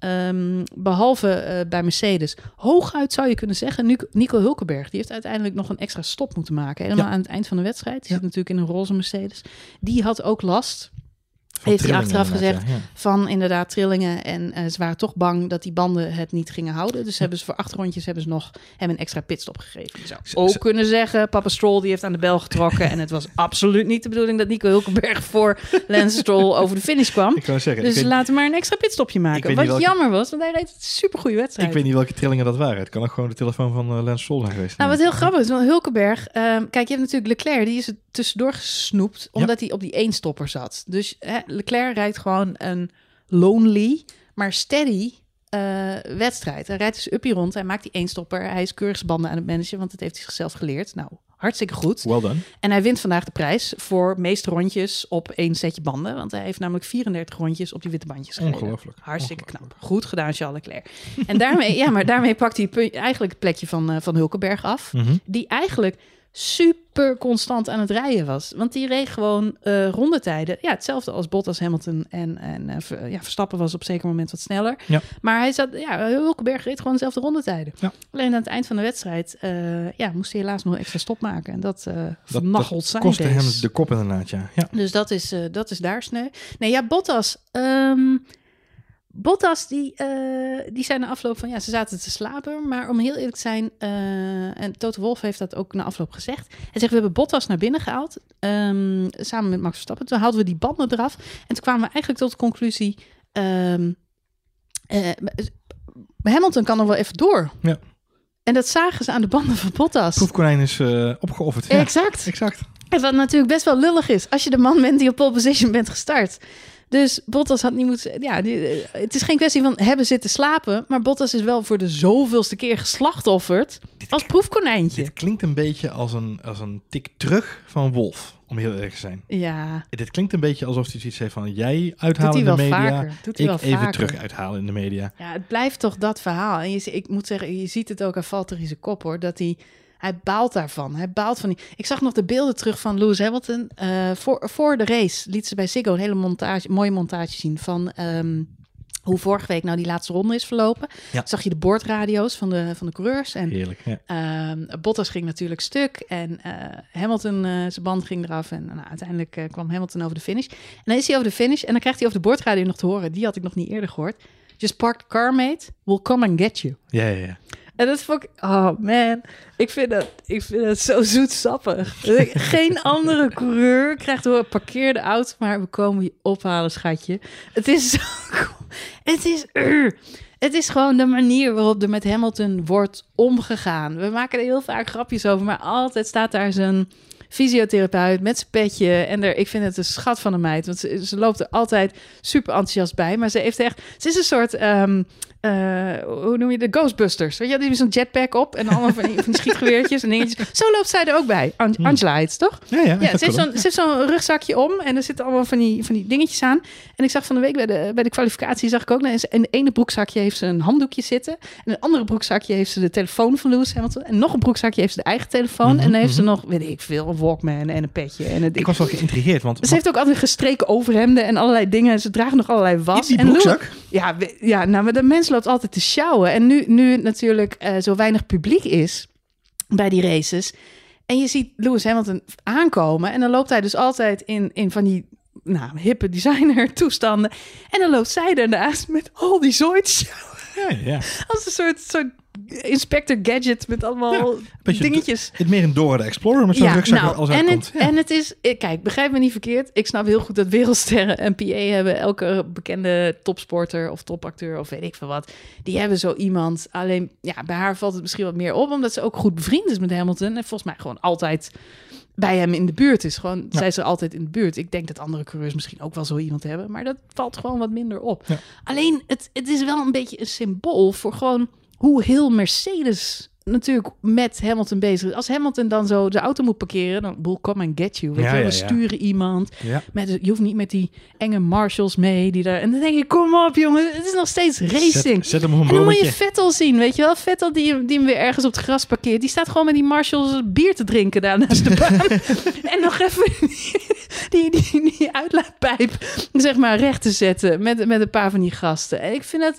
Behalve bij Mercedes. Hooguit zou je kunnen zeggen, Nico Hülkenberg, die heeft uiteindelijk nog een extra stop moeten maken. Helemaal aan het eind van de wedstrijd. Die zit natuurlijk in een roze Mercedes. Die had ook last, heeft hij achteraf gezegd, van inderdaad trillingen. En ze waren toch bang dat die banden het niet gingen houden. Dus hebben ze voor 8 rondjes nog hem een extra pitstop gegeven. Je zou ook kunnen zeggen, Papa Stroll die heeft aan de bel getrokken. En het was absoluut niet de bedoeling dat Nico Hülkenberg voor Lance Stroll over de finish kwam. Ik wou zeggen, dus laten maar een extra pitstopje maken. Wat jammer was, want hij reed een supergoeie wedstrijd. Ik weet niet welke trillingen dat waren. Het kan ook gewoon de telefoon van Lance Stroll zijn geweest. Nou, wat heel grappig is, want Hülkenberg... kijk, je hebt natuurlijk Leclerc, die is er tussendoor gesnoept, omdat hij op die 1-stopper zat. Dus Leclerc rijdt gewoon een lonely, maar steady wedstrijd. Hij rijdt dus uppie rond, hij maakt die 1-stopper. Hij is keurig zijn banden aan het managen, want dat heeft hij zichzelf geleerd. Nou, hartstikke goed. Well done. En hij wint vandaag de prijs voor meeste rondjes op 1 setje banden. Want hij heeft namelijk 34 rondjes op die witte bandjes gereden. Ongelooflijk. Hartstikke knap. Goed gedaan, Charles Leclerc. En daarmee pakt hij eigenlijk het plekje van Hülkenberg af. Mm-hmm. Die eigenlijk super constant aan het rijden was. Want die reed gewoon rondetijden. Ja, hetzelfde als Bottas, Hamilton en Verstappen was op een zeker moment wat sneller. Ja. Maar hij zat, Hülkenberg reed gewoon dezelfde rondetijden. Ja. Alleen aan het eind van de wedstrijd moest hij helaas nog een extra stop maken. En dat vernachelt zijn kostte hem de kop inderdaad, ja. Dus dat is daar sneu. Nee, ja, Bottas, die zei na afloop van... ja, ze zaten te slapen. Maar om heel eerlijk te zijn... en Toto Wolff heeft dat ook na afloop gezegd. Hij zegt, we hebben Bottas naar binnen gehaald. Samen met Max Verstappen. Toen haalden we die banden eraf. En toen kwamen we eigenlijk tot de conclusie... Hamilton kan nog wel even door. Ja. En dat zagen ze aan de banden van Bottas. Proefkonijn is opgeofferd. Ja, exact. En wat natuurlijk best wel lullig is... als je de man bent die op pole position bent gestart... Dus Bottas had niet moeten... Ja, het is geen kwestie van hebben zitten slapen... maar Bottas is wel voor de zoveelste keer geslachtofferd als proefkonijntje. Dit klinkt een beetje als een tik terug van Wolff, om heel erg te zijn. Ja. Dit klinkt een beetje alsof hij zoiets heeft van... jij uithalen in de media, ik even terug uithalen in de media. Ja, het blijft toch dat verhaal. En ik moet zeggen, je ziet het ook aan Valtteri zijn kop, hoor... dat hij baalt daarvan. Hij baalt van die... Ik zag nog de beelden terug van Lewis Hamilton. Voor de race liet ze bij Ziggo een hele mooie montage zien van hoe vorige week nou die laatste ronde is verlopen. Ja. Zag je de boordradio's van de coureurs. En, heerlijk, ja. Bottas ging natuurlijk stuk en Hamilton, zijn band ging eraf. En uiteindelijk kwam Hamilton over de finish. En dan is hij over de finish en dan krijgt hij over de boordradio nog te horen. Die had ik nog niet eerder gehoord. Just park the car, mate. We'll come and get you. Ja. En dat vond ik... Oh man, ik vind dat zo zoetsappig. Geen andere coureur krijgt te horen... parkeer de auto, maar we komen je ophalen, schatje. Het is zo cool. Het is gewoon de manier waarop er met Hamilton wordt omgegaan. We maken er heel vaak grapjes over... maar altijd staat daar zijn fysiotherapeut met zijn petje. En ik vind het een schat van een meid. Want ze loopt er altijd super enthousiast bij. Maar ze heeft echt... Ze is een soort... hoe noem je de Ghostbusters? Weet je, die hebben zo'n jetpack op en allemaal van die schietgeweertjes en dingetjes. Zo loopt zij er ook bij. Angela heet het, toch? Ja, ze heeft zo'n rugzakje om en er zitten allemaal van die dingetjes aan. En ik zag van de week bij de kwalificatie zag ik ook, in de ene broekzakje heeft ze een handdoekje zitten. En in een andere broekzakje heeft ze de telefoon van Lewis Hamilton. En nog een broekzakje heeft ze de eigen telefoon. En dan heeft ze nog, weet ik veel, een Walkman en een petje. Ik was wel geïntrigeerd, want... Ze heeft ook altijd gestreken overhemden en allerlei dingen. Ze dragen nog allerlei was. In die broekzak? Maar de mensen mens loopt altijd te sjouwen. En nu het natuurlijk zo weinig publiek is bij die races. En je ziet Lewis Hamilton aankomen. En dan loopt hij dus altijd in van die hippe designer toestanden. En dan loopt zij daarnaast met al die zoiets. Ja. Als een soort Inspector Gadget met allemaal dingetjes. Het meer een Dora de Explorer met zo'n rugzak als hij komt. En het is... Kijk, begrijp me niet verkeerd. Ik snap heel goed dat wereldsterren en PA hebben. Elke bekende topsporter of topacteur of weet ik veel wat. Die hebben zo iemand. Alleen, bij haar valt het misschien wat meer op. Omdat ze ook goed bevriend is met Hamilton. En volgens mij gewoon altijd bij hem in de buurt is. Gewoon, zij is er altijd in de buurt. Ik denk dat andere coureurs misschien ook wel zo iemand hebben. Maar dat valt gewoon wat minder op. Ja. Alleen, het is wel een beetje een symbool voor gewoon hoe heel Mercedes natuurlijk met Hamilton bezig is. Als Hamilton dan zo de auto moet parkeren, dan will come and get you. Weet je, we sturen iemand. Ja. Je hoeft niet met die enge marshals mee. En dan denk je, kom op jongen, het is nog steeds racing. Zet hem op een en dan moet je Vettel zien, weet je wel. Vettel die hem weer ergens op het gras parkeert. Die staat gewoon met die marshals bier te drinken daar naast de baan. En nog even die uitlaatpijp, zeg maar, recht te zetten met een paar van die gasten. En ik vind dat,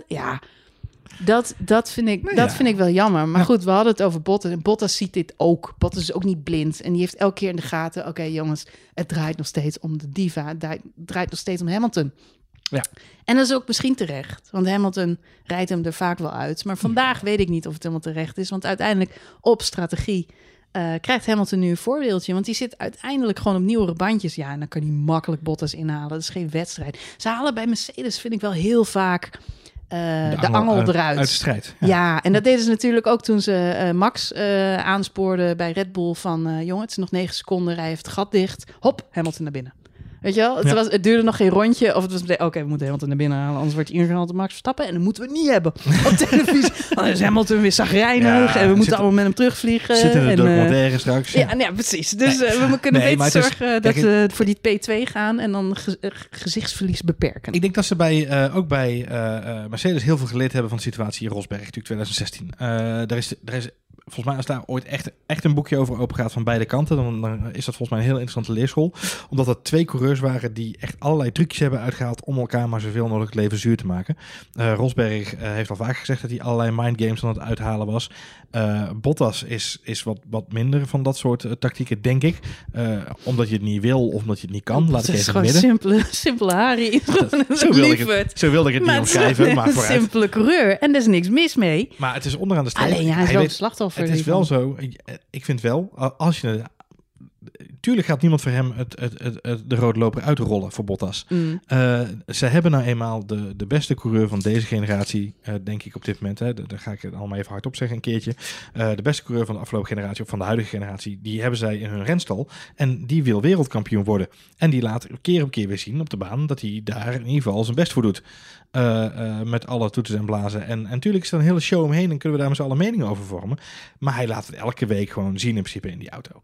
Dat vind ik wel jammer. Maar goed, we hadden het over Bottas. En Bottas ziet dit ook. Bottas is ook niet blind. En die heeft elke keer in de gaten... Oké, jongens, het draait nog steeds om de diva. Het draait nog steeds om Hamilton. Ja. En dat is ook misschien terecht. Want Hamilton rijdt hem er vaak wel uit. Maar vandaag weet ik niet of het helemaal terecht is. Want uiteindelijk op strategie krijgt Hamilton nu een voorbeeldje. Want die zit uiteindelijk gewoon op nieuwere bandjes. Ja, en dan kan hij makkelijk Bottas inhalen. Dat is geen wedstrijd. Ze halen bij Mercedes, vind ik wel heel vaak... de angel eruit. Uit de strijd. Ja, en dat deden ze natuurlijk ook toen ze Max aanspoorden bij Red Bull van... jongen, het is nog 9 seconden, hij heeft het gat dicht. Hop, Hamilton naar binnen. Weet je wel? Het duurde nog geen rondje. Of het was meteen, oké, we moeten Hamilton naar binnen halen. Anders wordt hij ingehaald door Max Verstappen. En dat moeten we niet hebben op televisie. Dan is Hamilton weer zagrijnig. En we moeten allemaal met hem terugvliegen. Zitten in de documentaire straks. Ja, precies. Dus we kunnen beter zorgen dat we voor die P2 gaan. En dan gezichtsverlies beperken. Ik denk dat ze ook bij Mercedes heel veel geleerd hebben van de situatie in Rosberg. Natuurlijk 2016. Daar is volgens mij, als daar ooit echt een boekje over open gaat van beide kanten, dan is dat volgens mij een heel interessante leerschool. Omdat er 2 coureurs waren die echt allerlei trucjes hebben uitgehaald om elkaar maar zoveel mogelijk het leven zuur te maken. Rosberg heeft al vaak gezegd dat hij allerlei mindgames aan het uithalen was. Bottas is wat minder van dat soort tactieken, denk ik. Omdat je het niet wil of omdat je het niet kan. Laat ik even midden. Het is gewoon simpele Harry. Zo wilde ik het niet omschrijven. Maar een simpele coureur. En er is niks mis mee. Maar het is onderaan de streep. Alleen hij is wel het slachtoffer. Het is wel zo. Ik vind wel, als je... Tuurlijk gaat niemand voor hem de rode loper uitrollen voor Bottas. Ze hebben nou eenmaal de beste coureur van deze generatie, denk ik op dit moment. Daar ga ik het allemaal even hardop zeggen een keertje. De beste coureur van de afgelopen generatie, of van de huidige generatie, die hebben zij in hun renstal. En die wil wereldkampioen worden. En die laat keer op keer weer zien op de baan dat hij daar in ieder geval zijn best voor doet. Met alle toeters en blazen. En natuurlijk is er een hele show omheen en kunnen we daar met z'n allen meningen over vormen. Maar hij laat het elke week gewoon zien in principe in die auto.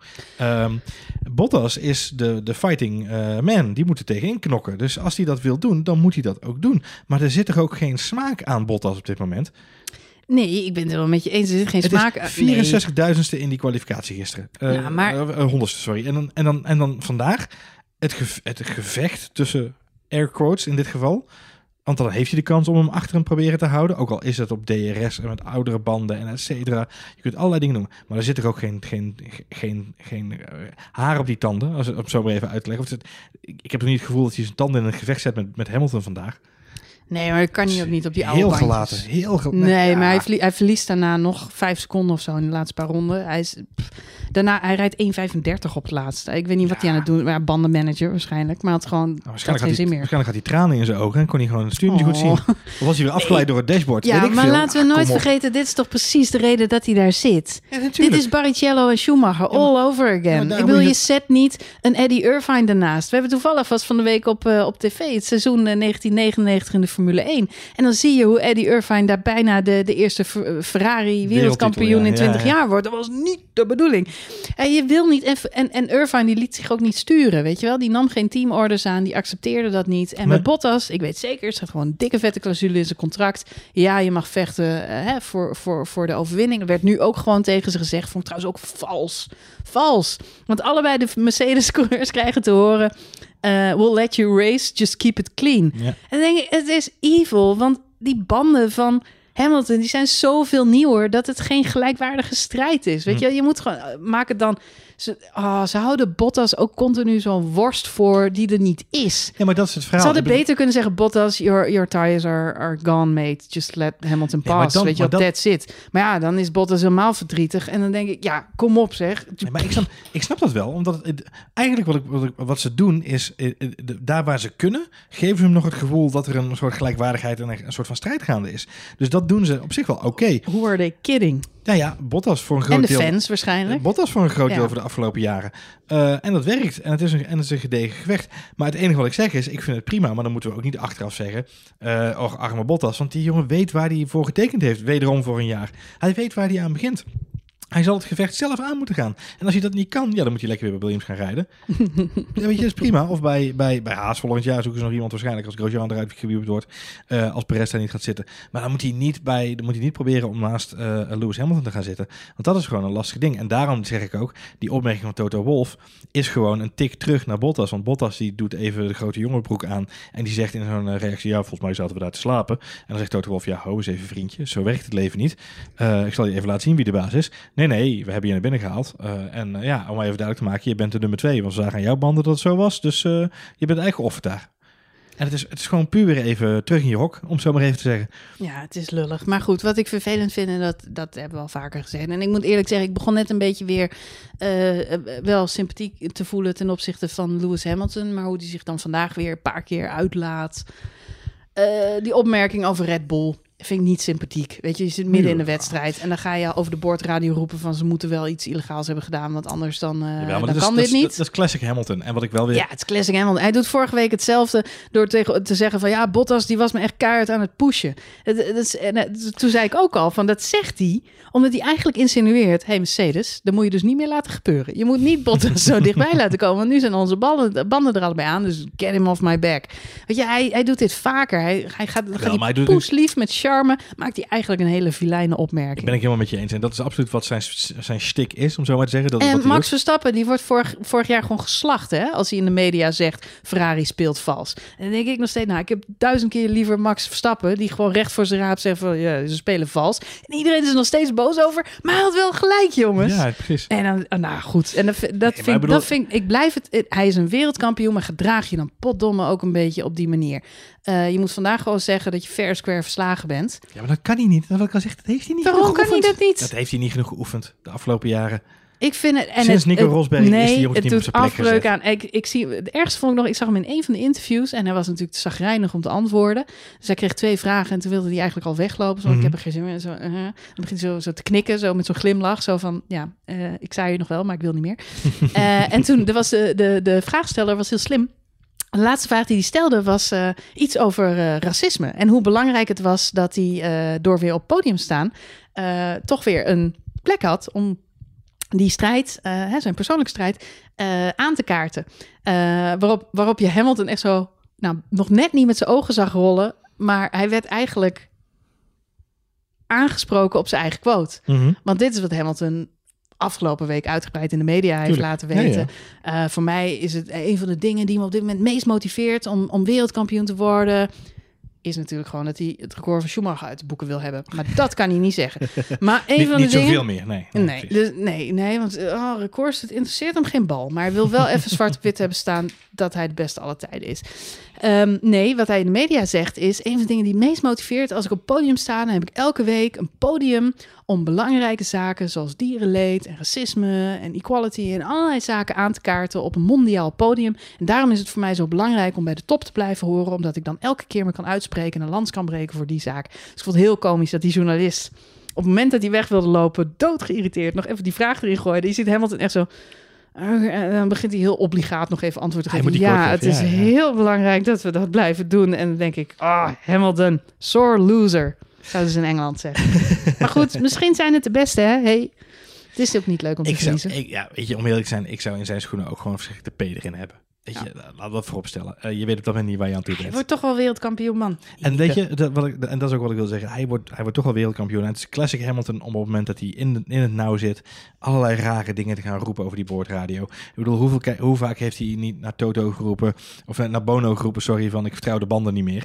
Bottas is de fighting man. Die moet er tegenin knokken. Dus als hij dat wil doen, dan moet hij dat ook doen. Maar er zit toch ook geen smaak aan Bottas op dit moment? Nee, ik ben het er wel met je eens. Er zit geen smaak aan. 64.000ste in die kwalificatie gisteren. 100ste, sorry. En dan vandaag het gevecht tussen air quotes in dit geval. Want dan heeft je de kans om hem achter hem proberen te houden. Ook al is het op DRS en met oudere banden en et cetera. Je kunt allerlei dingen doen. Maar er zit er ook geen haar op die tanden. Als het zo maar even uitleggen. Ik heb er niet het gevoel dat hij zijn tanden in een gevecht zet met Hamilton vandaag. Nee, maar dat kan hij ook niet op die oude bandjes. Heel gelaten. Nee, maar hij verliest daarna nog 5 seconden of zo in de laatste paar ronden. Hij rijdt 1,35 op het laatste. Ik weet niet wat hij aan het doen is. Ja, bandenmanager waarschijnlijk. Maar het gewoon geen zin meer. Waarschijnlijk gaat hij tranen in zijn ogen en kon hij gewoon het stuur niet goed zien. Of was hij weer afgeleid door het dashboard? Ja, maar laten we nooit vergeten, dit is toch precies de reden dat hij daar zit. Ja, dit is Barrichello en Schumacher all over again. Ik bedoel, je zet niet een Eddie Irvine ernaast. We hebben toevallig vast van de week op tv het seizoen 1999 in de Formule 1. En dan zie je hoe Eddie Irvine daar bijna de eerste Ferrari wereldkampioen in 20 jaar wordt. Dat was niet de bedoeling. En je wil niet... En Irvine die liet zich ook niet sturen, weet je wel? Die nam geen teamorders aan, die accepteerde dat niet. En met Bottas, ik weet zeker, er staat gewoon een dikke vette clausule in zijn contract. Ja, je mag vechten voor de overwinning. Er werd nu ook gewoon tegen ze gezegd. Vond ik trouwens ook vals. Want allebei de Mercedes-coureurs krijgen te horen... we'll let you race, just keep it clean. Ja. En dan denk ik, het is evil, want die banden van Hamilton, die zijn zoveel nieuwer dat het geen gelijkwaardige strijd is. Weet je moet gewoon maak het dan. Ze houden Bottas ook continu zo'n worst voor die er niet is. Ja, maar dat is het verhaal. Ze hadden beter kunnen zeggen, Bottas, your tires are gone, mate. Just let Hamilton pass. Weet je, that's it. Maar ja, dan is Bottas helemaal verdrietig. En dan denk ik, ja, kom op zeg. Nee, maar ik snap dat wel. Omdat eigenlijk wat ze doen is, daar waar ze kunnen, geven ze hem nog het gevoel dat er een soort gelijkwaardigheid en een soort van strijd gaande is. Dus dat doen ze op zich wel oké. Who are they kidding? Ja, Bottas voor een groot deel. En de fans waarschijnlijk. Bottas voor een groot deel voor de afgelopen jaren. En dat werkt. En het is een gedegen gevecht. Maar het enige wat ik zeg is, ik vind het prima. Maar dan moeten we ook niet achteraf zeggen, arme Bottas. Want die jongen weet waar hij voor getekend heeft. Wederom voor een jaar. Hij weet waar hij aan begint. Hij zal het gevecht zelf aan moeten gaan. En als hij dat niet kan, dan moet hij lekker weer bij Williams gaan rijden. Ja, weet je, dat is prima. Of bij Haas volgend jaar zoeken ze nog iemand waarschijnlijk als Grosjean eruit gewiebeld wordt. Als Perez daar niet gaat zitten. Maar dan moet hij niet proberen om naast Lewis Hamilton te gaan zitten. Want dat is gewoon een lastig ding. En daarom zeg ik ook, die opmerking van Toto Wolff is gewoon een tik terug naar Bottas. Want Bottas die doet even de grote jongenbroek aan. En die zegt in zo'n reactie, ja, volgens mij zaten we daar te slapen. En dan zegt Toto Wolff, ja, ho eens even vriendje. Zo werkt het leven niet. Ik zal je even laten zien wie de baas is. Nee, we hebben je naar binnen gehaald. Om even duidelijk te maken, je bent de nummer 2. Want we zagen aan jouw banden dat het zo was. Dus je bent eigenlijk geofferd daar. En het is gewoon puur weer even terug in je hok, om het zo maar even te zeggen. Ja, het is lullig. Maar goed, wat ik vervelend vind, en dat hebben we al vaker gezegd. En ik moet eerlijk zeggen, ik begon net een beetje weer wel sympathiek te voelen ten opzichte van Lewis Hamilton. Maar hoe die zich dan vandaag weer een paar keer uitlaat. Die opmerking over Red Bull vind ik niet sympathiek. Weet je zit midden in de wedstrijd en dan ga je over de boordradio roepen van ze moeten wel iets illegaals hebben gedaan, want anders dan kan dit niet. Dat is classic Hamilton. En wat ik wel weer... Ja, het is classic Hamilton. Hij doet vorige week hetzelfde door te zeggen van ja, Bottas die was me echt keihard aan het pushen. Toen zei ik ook al van dat zegt hij omdat hij eigenlijk insinueert, hey Mercedes, dat moet je dus niet meer laten gebeuren. Je moet niet Bottas zo dichtbij laten komen, want nu zijn onze banden er allebei aan, dus get him off my back. Weet je, hij doet dit vaker. Hij gaat die poeslief met charme, maakt hij eigenlijk een hele vilijne opmerking. Ik ben ik helemaal met je eens. En dat is absoluut wat zijn shtick is, om zo maar te zeggen. Dat is en wat Max Verstappen, die wordt vorig jaar gewoon geslacht, hè? Als hij in de media zegt, Ferrari speelt vals. En dan denk ik nog steeds, ik heb 1000 keer liever Max Verstappen, die gewoon recht voor zijn raap zegt van, ja, ze spelen vals. En iedereen is er nog steeds boos over, maar hij had wel gelijk, jongens. Ja, precies. En dan, goed. En ik blijf het, hij is een wereldkampioen, maar gedraag je dan potdomme ook een beetje op die manier. Je moet vandaag gewoon zeggen dat je fair square verslagen bent. Ja, maar dat kan hij niet. Wat ik al zeg, dat heeft hij niet Waarom kan hij dat niet? Dat heeft hij niet genoeg geoefend de afgelopen jaren. Ik vind het... En sinds Nico Rosberg is die jongens niet op zijn plek gezet. Afbreuk aan. Ik zie, het ergste vond ik nog, ik zag hem in een van de interviews en hij was natuurlijk te chagrijnig om te antwoorden. Dus hij kreeg 2 vragen en toen wilde hij eigenlijk al weglopen. Zo, ik heb er geen zin meer. Zo, Dan begint hij zo te knikken, zo met zo'n glimlach. Zo van, ik zei je nog wel, maar ik wil niet meer. En toen, de vraagsteller was heel slim. De laatste vraag die hij stelde was iets over racisme. En hoe belangrijk het was dat hij door weer op het podium staan toch weer een plek had om die strijd, zijn persoonlijke strijd, aan te kaarten. Waarop je Hamilton echt zo, nog net niet met zijn ogen zag rollen, maar hij werd eigenlijk aangesproken op zijn eigen quote. Mm-hmm. Want dit is wat Hamilton afgelopen week uitgebreid in de media heeft laten weten. Ja. Voor mij is het een van de dingen die me op dit moment meest motiveert om wereldkampioen te worden, is natuurlijk gewoon dat hij het record van Schumacher uit de boeken wil hebben. Maar dat kan hij niet zeggen. Maar een van de dingen... Niet zoveel meer, nee. Want records, het interesseert hem geen bal. Maar hij wil wel even zwart op wit hebben staan dat hij de beste aller tijden is. Wat hij in de media zegt is, een van de dingen die het meest motiveert, als ik op het podium sta, dan heb ik elke week een podium om belangrijke zaken zoals dierenleed en racisme en equality en allerlei zaken aan te kaarten op een mondiaal podium. En daarom is het voor mij zo belangrijk om bij de top te blijven horen, omdat ik dan elke keer me kan uitspreken en een lans kan breken voor die zaak. Dus ik vond het heel komisch dat die journalist op het moment dat hij weg wilde lopen, doodgeïrriteerd, nog even die vraag erin gooide. Je ziet Hamilton echt zo... En dan begint hij heel obligaat nog even antwoord te geven. Het is heel belangrijk dat we dat blijven doen. En dan denk ik, Hamilton, sore loser, zouden ze in Engeland zeggen. Maar goed, misschien zijn het de beste, hè? Hey, het is ook niet leuk om te verliezen. Weet je, om eerlijk te zijn, ik zou in zijn schoenen ook gewoon verschrikkelijk de P erin hebben. Weet je, laten we dat vooropstellen. Je weet op dat moment niet waar je aan toe bent. Hij wordt toch wel wereldkampioen, man. En weet je, en dat is ook wat ik wil zeggen. Hij wordt toch wel wereldkampioen. En het is classic Hamilton om op het moment dat hij in het nauw zit, allerlei rare dingen te gaan roepen over die boordradio. Ik bedoel, hoe vaak heeft hij niet naar Toto geroepen, of naar Bono geroepen, van ik vertrouw de banden niet meer.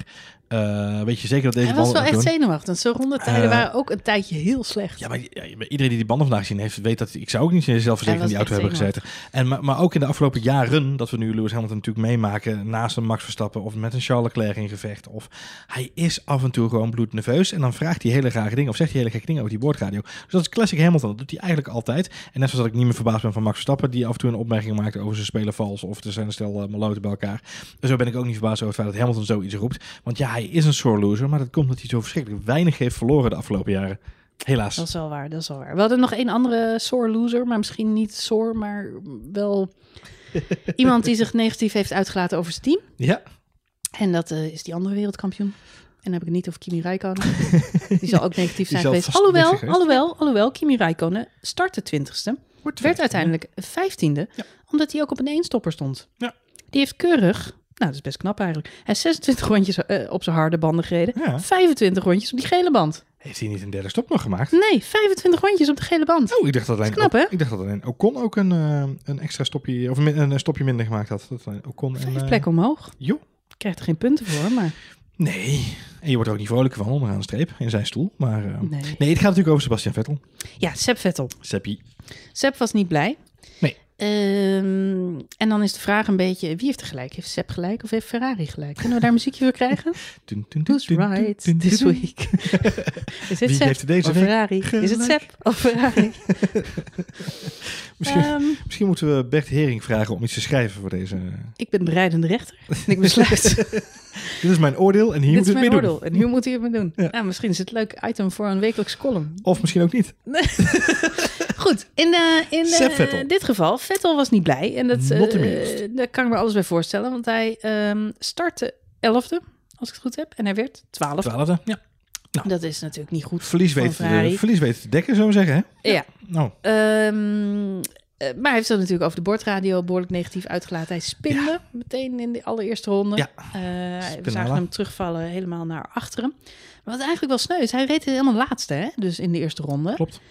weet je zeker dat deze Hij banden was wel het echt doen. zenuwachtig. Want zijn rondetijden waren ook een tijdje heel slecht. Ja, maar iedereen die die banden vandaag gezien heeft, weet dat ik zou ook niet zelfverzekerd in die auto hebben gezeten. Maar ook in de afgelopen jaren, dat we nu Lewis Hamilton natuurlijk meemaken naast een Max Verstappen of met een Charles Leclerc in gevecht. Of hij is af en toe gewoon bloednerveus en dan vraagt hij hele rare dingen of zegt hij hele gekke dingen over die boordradio. Dus dat is classic Hamilton. Dat doet hij eigenlijk altijd. En net zoals dat ik niet meer verbaasd ben van Max Verstappen, die af en toe een opmerking maakt over ze spelen vals of er zijn een stel maloten bij elkaar. Zo ben ik ook niet verbaasd over het feit dat Hamilton zoiets roept. Want ja, hij is een sore loser, maar dat komt omdat hij zo verschrikkelijk weinig heeft verloren de afgelopen jaren. Helaas. Dat is wel waar, dat is wel waar. We hadden nog één andere sore loser, maar misschien niet sore, maar wel iemand die zich negatief heeft uitgelaten over zijn team. Ja. En dat is die andere wereldkampioen. En dan heb ik het niet over Kimi Räikkönen. Die zal ook negatief zijn zal geweest. vast Alhoewel, Kimi Räikkönen startte 20ste. Werd uiteindelijk 15e, omdat hij ook op een eenstopper stond. Ja. Die heeft keurig, nou dat is best knap eigenlijk, hij heeft 26 rondjes op zijn harde banden gereden. Ja. 25 rondjes op die gele band. Heeft hij niet een derde stop nog gemaakt? Nee, 25 rondjes op de gele band. Oh, ik dacht dat alleen knap, hè? Ik dacht dat alleen Ocon ook een extra stopje, of een stopje minder gemaakt had. Dat Ocon 5 plekken omhoog. Joh. Krijgt er geen punten voor, maar... Nee, en je wordt er ook niet vrolijker van onderaan de streep in zijn stoel. Maar Nee. nee, het gaat natuurlijk over Sebastian Vettel. Ja, Seb Vettel. Seppie. Seb was niet blij. Nee. En dan is de vraag een beetje, wie heeft er gelijk? Heeft Seb gelijk of heeft Ferrari gelijk? Kunnen we daar muziekje voor krijgen? Who's right this week? Is het Wie Seb heeft er deze of week Ferrari? Is het Seb of Ferrari? Misschien moeten we Bert Hering vragen om iets te schrijven voor deze... Ik ben de rijdende rechter. En ik besluit. Dit is mijn oordeel en hier moet Dit je is het mijn mee oordeel. En hier moet hij het mee doen. Ja. Nou, misschien is het een leuk item voor een wekelijkse column. Of misschien ook niet. Goed, in Seb Vettel. dit geval, Vettel was niet blij. En dat, Not amused. daar kan ik me alles bij voorstellen. Want hij startte 11e, als ik het goed heb. En hij werd 12e. 12e, ja. Dat is natuurlijk niet goed Verlies voor weten Ferrari. te dekken, zullen we zeggen, hè? Ja. Nou, Maar hij heeft zich natuurlijk over de bordradio behoorlijk negatief uitgelaten. Hij spinde meteen in de allereerste ronde. Ja. We zagen hem terugvallen helemaal naar achteren. Maar wat eigenlijk wel sneu is, hij reed helemaal laatste, hè? Dus in de eerste ronde. klopt.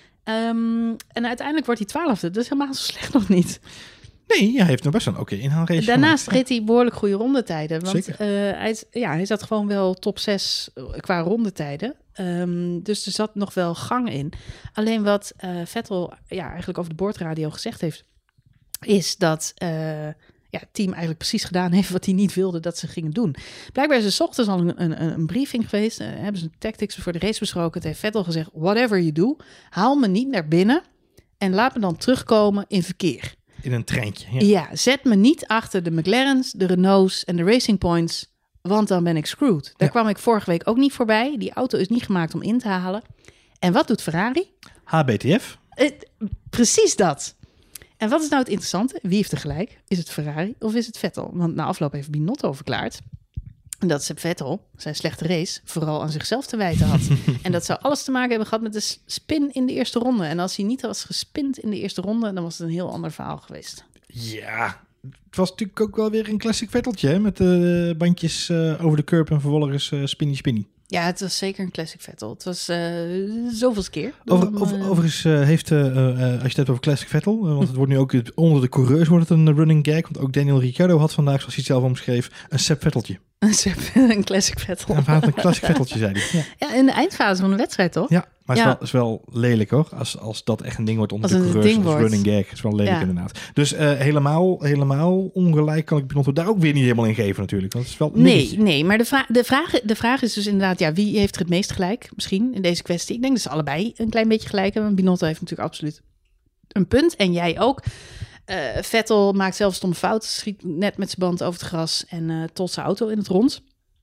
En uiteindelijk wordt hij 12e. Dat is helemaal zo slecht nog niet. Nee, hij heeft nog best wel een oké inhaalrace. Daarnaast reed hij behoorlijk goede rondetijden. Want Zeker. hij zat gewoon wel top 6 qua rondetijden. Dus er zat nog wel gang in. Alleen wat Vettel eigenlijk over de boordradio gezegd heeft, is dat het team eigenlijk precies gedaan heeft wat hij niet wilde dat ze gingen doen. Blijkbaar is er 's ochtends al een briefing geweest. Hebben ze tactics voor de race besproken. Het heeft Vettel gezegd, whatever you do, haal me niet naar binnen en laat me dan terugkomen in verkeer. In een treintje. Ja, zet me niet achter de McLaren's, de Renault's en de Racing Points, want dan ben ik screwed. Daar kwam ik vorige week ook niet voorbij. Die auto is niet gemaakt om in te halen. En wat doet Ferrari? HBTF. Precies dat. En wat is nou het interessante? Wie heeft er gelijk? Is het Ferrari of is het Vettel? Want na afloop heeft Binotto verklaard dat Seb Vettel zijn slechte race vooral aan zichzelf te wijten had. En dat zou alles te maken hebben gehad met de spin in de eerste ronde. En als hij niet was gespind in de eerste ronde, dan was het een heel ander verhaal geweest. Ja, het was natuurlijk ook wel weer een classic Vetteltje, hè? Met de bandjes over de curb en vervolgens spinny. Ja, het was zeker een classic Vettel. Het was zoveel keer. Overigens heeft, als je het hebt over classic Vettel, want het wordt nu ook onder de coureurs wordt het een running gag, want ook Daniel Ricciardo had vandaag, zoals hij het zelf omschreef, een Seb Vetteltje. Een classic Vettel. Een classic Vetteltje, zei hij. Ja, in de eindfase van de wedstrijd, toch? Ja, maar het is wel lelijk, hoor. Als dat echt een ding wordt onder de coureurs, als running gag. Het is wel lelijk, inderdaad. Dus helemaal ongelijk kan ik Binotto daar ook weer niet helemaal in geven, natuurlijk. Want het is wel nee, maar de vraag is dus inderdaad, wie heeft er het meest gelijk, misschien, in deze kwestie? Ik denk dat ze allebei een klein beetje gelijk hebben. Binotto heeft natuurlijk absoluut een punt. En jij ook. Vettel maakt zelf stomme fout, schiet net met zijn band over het gras en tot zijn auto in het rond.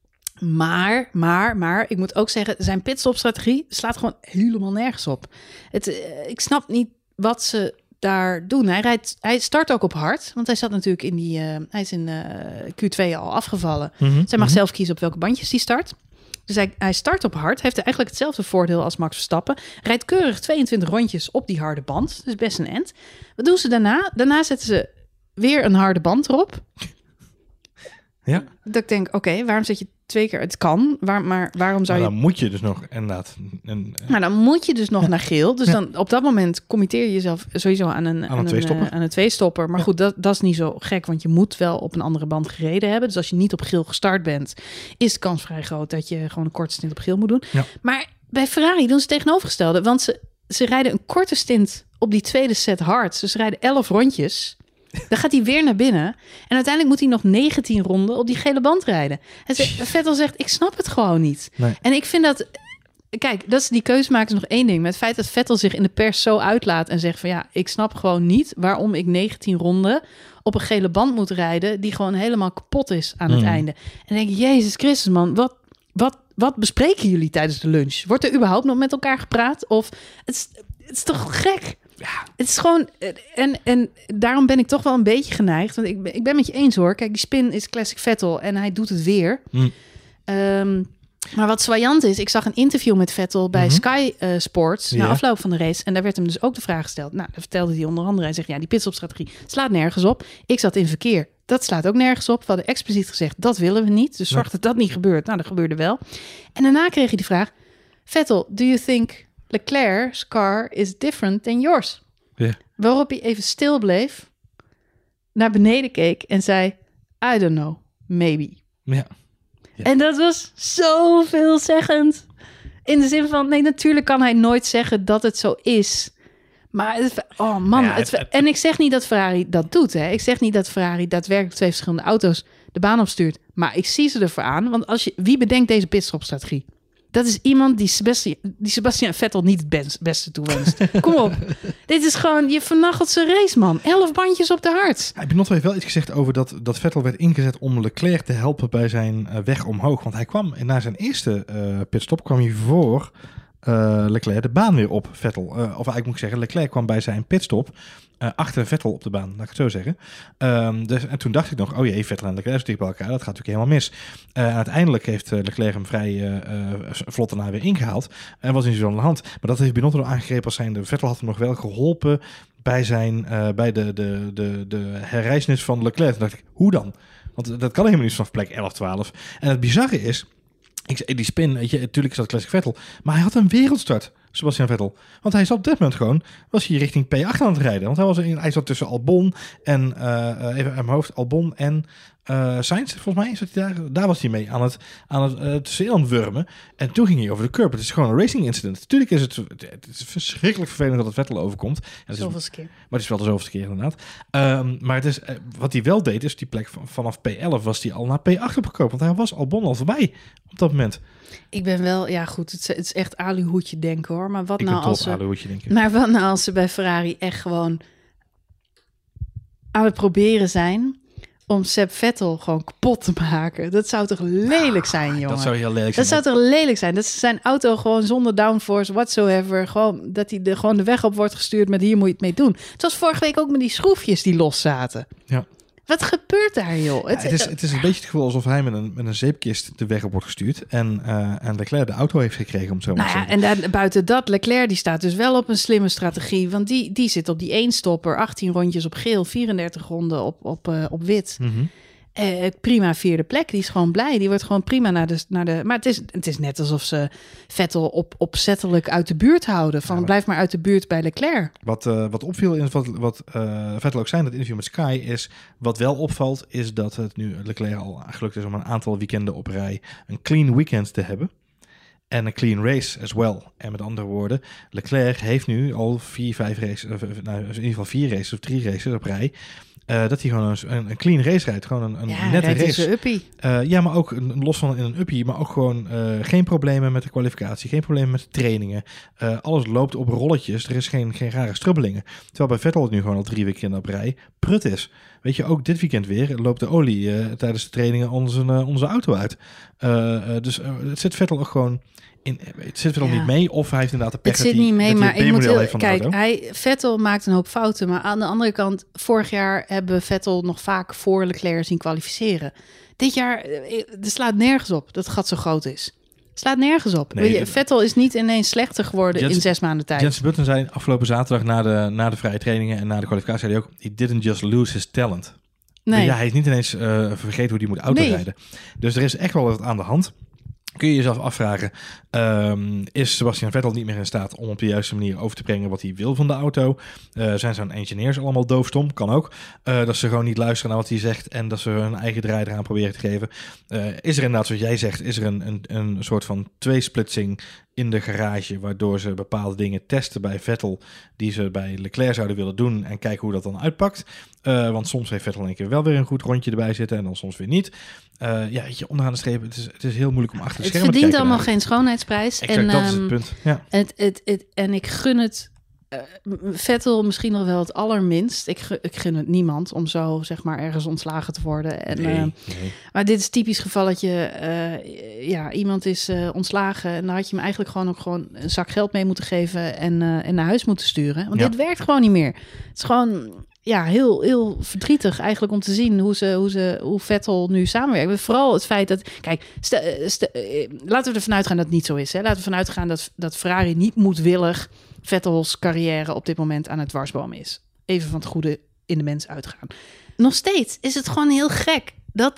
Maar, ik moet ook zeggen, zijn pitstopstrategie slaat gewoon helemaal nergens op. Ik snap niet wat ze daar doen. Hij start ook op hard, want hij zat natuurlijk hij is in Q2 al afgevallen. Zij mag zelf kiezen op welke bandjes hij start. Dus hij start op hard, heeft eigenlijk hetzelfde voordeel als Max Verstappen. Rijdt keurig 22 rondjes op die harde band, dus best een end. Wat doen ze daarna? Daarna zetten ze weer een harde band erop. Ja. Dat ik denk, oké, waarom zet je 2 keer. Het kan, maar waarom zou je... Dan moet je dus nog inderdaad... Maar dan moet je dus nog naar geel. Dus dan op dat moment committeer je jezelf sowieso aan een tweestopper. Maar goed, dat is niet zo gek, want je moet wel op een andere band gereden hebben. Dus als je niet op geel gestart bent, is de kans vrij groot dat je gewoon een korte stint op geel moet doen. Ja. Maar bij Ferrari doen ze het tegenovergestelde, want ze rijden een korte stint op die tweede set hard. Dus ze rijden 11 rondjes. Dan gaat hij weer naar binnen. En uiteindelijk moet hij nog 19 ronden op die gele band rijden. En Vettel zegt, ik snap het gewoon niet. Nee. En ik vind dat... Kijk, die keuze maken is nog één ding. Met het feit dat Vettel zich in de pers zo uitlaat en zegt van ja, ik snap gewoon niet waarom ik 19 ronden op een gele band moet rijden die gewoon helemaal kapot is aan het einde. En dan denk ik, Jezus Christus man, wat bespreken jullie tijdens de lunch? Wordt er überhaupt nog met elkaar gepraat? Of het is toch gek? Ja, het is gewoon... En daarom ben ik toch wel een beetje geneigd. Want ik ben met je eens hoor. Kijk, die spin is classic Vettel en hij doet het weer. Maar wat zwaaiant is, ik zag een interview met Vettel bij Sky Sports na afloop van de race. En daar werd hem dus ook de vraag gesteld. Nou, daar vertelde hij onder andere. Hij zegt, ja, die pitstopstrategie slaat nergens op. Ik zat in verkeer. Dat slaat ook nergens op. We hadden expliciet gezegd, dat willen we niet. Dus zorg dat dat niet gebeurt. Nou, dat gebeurde wel. En daarna kreeg hij de vraag, Vettel, do you think Leclerc's car is different than yours? Yeah. Waarop hij even stil bleef, naar beneden keek en zei, I don't know, maybe. Ja. Ja. En dat was zo veelzeggend. In de zin van, nee, natuurlijk kan hij nooit zeggen dat het zo is. Maar, oh man. Ja, en ik zeg niet dat Ferrari dat doet. Hè. Ik zeg niet dat Ferrari daadwerkelijk 2 verschillende auto's de baan opstuurt. Maar ik zie ze ervoor aan. Want wie bedenkt deze pitstopstrategie? Dat is iemand die Sebastian Vettel niet het beste toewenst. Kom op. Dit is gewoon, je vernachelt zijn race, man. 11 bandjes op de hart. Ja, Binotto heeft wel iets gezegd over dat Vettel werd ingezet om Leclerc te helpen bij zijn weg omhoog. Want hij kwam, na zijn eerste pitstop, kwam hij voor Leclerc de baan weer op Vettel. Of eigenlijk moet ik zeggen, Leclerc kwam bij zijn pitstop achter Vettel op de baan, laat ik het zo zeggen. En toen dacht ik nog, oh jee, Vettel en Leclerc zitten bij elkaar, dat gaat natuurlijk helemaal mis. Uiteindelijk heeft Leclerc hem vrij vlot daarna weer ingehaald. En was niet zo aan de hand. Maar dat heeft Binotto aangegrepen als zijnde. Vettel had hem nog wel geholpen bij de herrijzenis van Leclerc. Toen dacht ik, hoe dan? Want dat kan helemaal niet vanaf plek 11, 12. En het bizarre is, die spin, weet je, natuurlijk is dat classic Vettel, maar hij had een wereldstart, Sebastian Vettel. Want hij zat op dit moment gewoon, was hij richting P8 aan het rijden. Want hij zat tussen Albon en, even uit mijn hoofd, Albon en Sainz, volgens mij. Zat hij daar was hij mee aan het tussenin aan het wurmen. En toen ging hij over de curb. Het is gewoon een racing incident. Natuurlijk is het is verschrikkelijk vervelend dat het Vettel overkomt. Zoveelste keer. Maar het is wel de zoveelste keer inderdaad. Maar het is, wat hij wel deed, is die plek vanaf P11 was hij al naar P8 opgekomen. Want hij was Albon al voorbij op dat moment. Ik ben wel, ja goed, het is echt aluhoedje denken hoor. Maar wat nou als ze bij Ferrari echt gewoon aan het proberen zijn om Seb Vettel gewoon kapot te maken. Dat zou toch lelijk zijn, jongen? Dat zou heel lelijk zijn. Dat zou toch lelijk zijn? Dat zijn auto gewoon zonder downforce whatsoever, gewoon dat hij gewoon de weg op wordt gestuurd met hier moet je het mee doen. Het was vorige week ook met die schroefjes die los zaten. Ja. Wat gebeurt daar, joh? Het is een beetje het gevoel alsof hij met een zeepkist de weg op wordt gestuurd en Leclerc de auto heeft gekregen, om zo maar te zeggen. En buiten dat, Leclerc die staat dus wel op een slimme strategie, want die zit op die 1-stopper, 18 rondjes op geel, 34 ronden op wit. Mm-hmm. Prima 4e plek, die is gewoon blij. Die wordt gewoon prima naar de. Maar het is net alsof ze Vettel opzettelijk uit de buurt houden. Blijf maar uit de buurt bij Leclerc. Wat opviel in wat Vettel ook zei in het interview met Sky is, wat wel opvalt, is dat het nu Leclerc al gelukt is om een aantal weekenden op rij een clean weekend te hebben. En een clean race as well. En met andere woorden, Leclerc heeft nu al 4 races, in ieder geval 4 races of 3 races op rij. Dat hij gewoon een clean race rijdt. Gewoon een nette race. Een uppie. Maar ook los van in een uppie. Maar ook gewoon geen problemen met de kwalificatie. Geen problemen met de trainingen. Alles loopt op rolletjes. Er is geen rare strubbelingen. Terwijl bij Vettel het nu gewoon al 3 weekenden op rij prut is. Weet je, ook dit weekend weer loopt de olie tijdens de trainingen onze auto uit. Dus het zit Vettel ook gewoon het zit Vettel niet mee, of hij heeft inderdaad de pech. Het zit niet mee, maar ik moet Vettel maakt een hoop fouten, maar aan de andere kant, vorig jaar hebben Vettel nog vaak voor Leclerc zien kwalificeren. Dit jaar, het slaat nergens op dat het gat zo groot is. Het slaat nergens op. Nee, Vettel is niet ineens slechter geworden in 6 maanden tijd. Jensen Button zei afgelopen zaterdag na de vrije trainingen en na de kwalificatie, zei hij ook, he didn't just lose his talent. Nee. Ja, hij is niet ineens vergeten hoe hij moet autorijden. Dus er is echt wel wat aan de hand. Kun je jezelf afvragen, is Sebastian Vettel niet meer in staat om op de juiste manier over te brengen wat hij wil van de auto? Zijn zijn engineers allemaal doofstom? Kan ook. Dat ze gewoon niet luisteren naar wat hij zegt en dat ze hun eigen draai eraan proberen te geven. Is er inderdaad, zoals jij zegt, is er een soort van tweesplitsing in de garage, waardoor ze bepaalde dingen testen bij Vettel die ze bij Leclerc zouden willen doen en kijken hoe dat dan uitpakt. Want soms heeft Vettel een keer wel weer een goed rondje erbij zitten en dan soms weer niet. Weet je, onderaan de streep, het is heel moeilijk om achter de schermen te kijken. Het verdient allemaal geen schoonheidsprijs. Exact, dat is het punt. Ja. En ik gun het Vettel misschien nog wel het allerminst. Ik gun het niemand om zo, zeg maar, ergens ontslagen te worden. En, Nee. Maar dit is typisch gevalletje. Iemand is ontslagen en dan had je hem eigenlijk gewoon een zak geld mee moeten geven en naar huis moeten sturen. Want dit werkt gewoon niet meer. Het is gewoon heel, heel verdrietig eigenlijk om te zien hoe Vettel nu samenwerkt. Vooral het feit dat, kijk, laten we ervan uitgaan dat het niet zo is. Hè? Laten we ervan uitgaan dat Ferrari niet moedwillig Vettels carrière op dit moment aan het dwarsbomen is. Even van het goede in de mens uitgaan. Nog steeds is het gewoon heel gek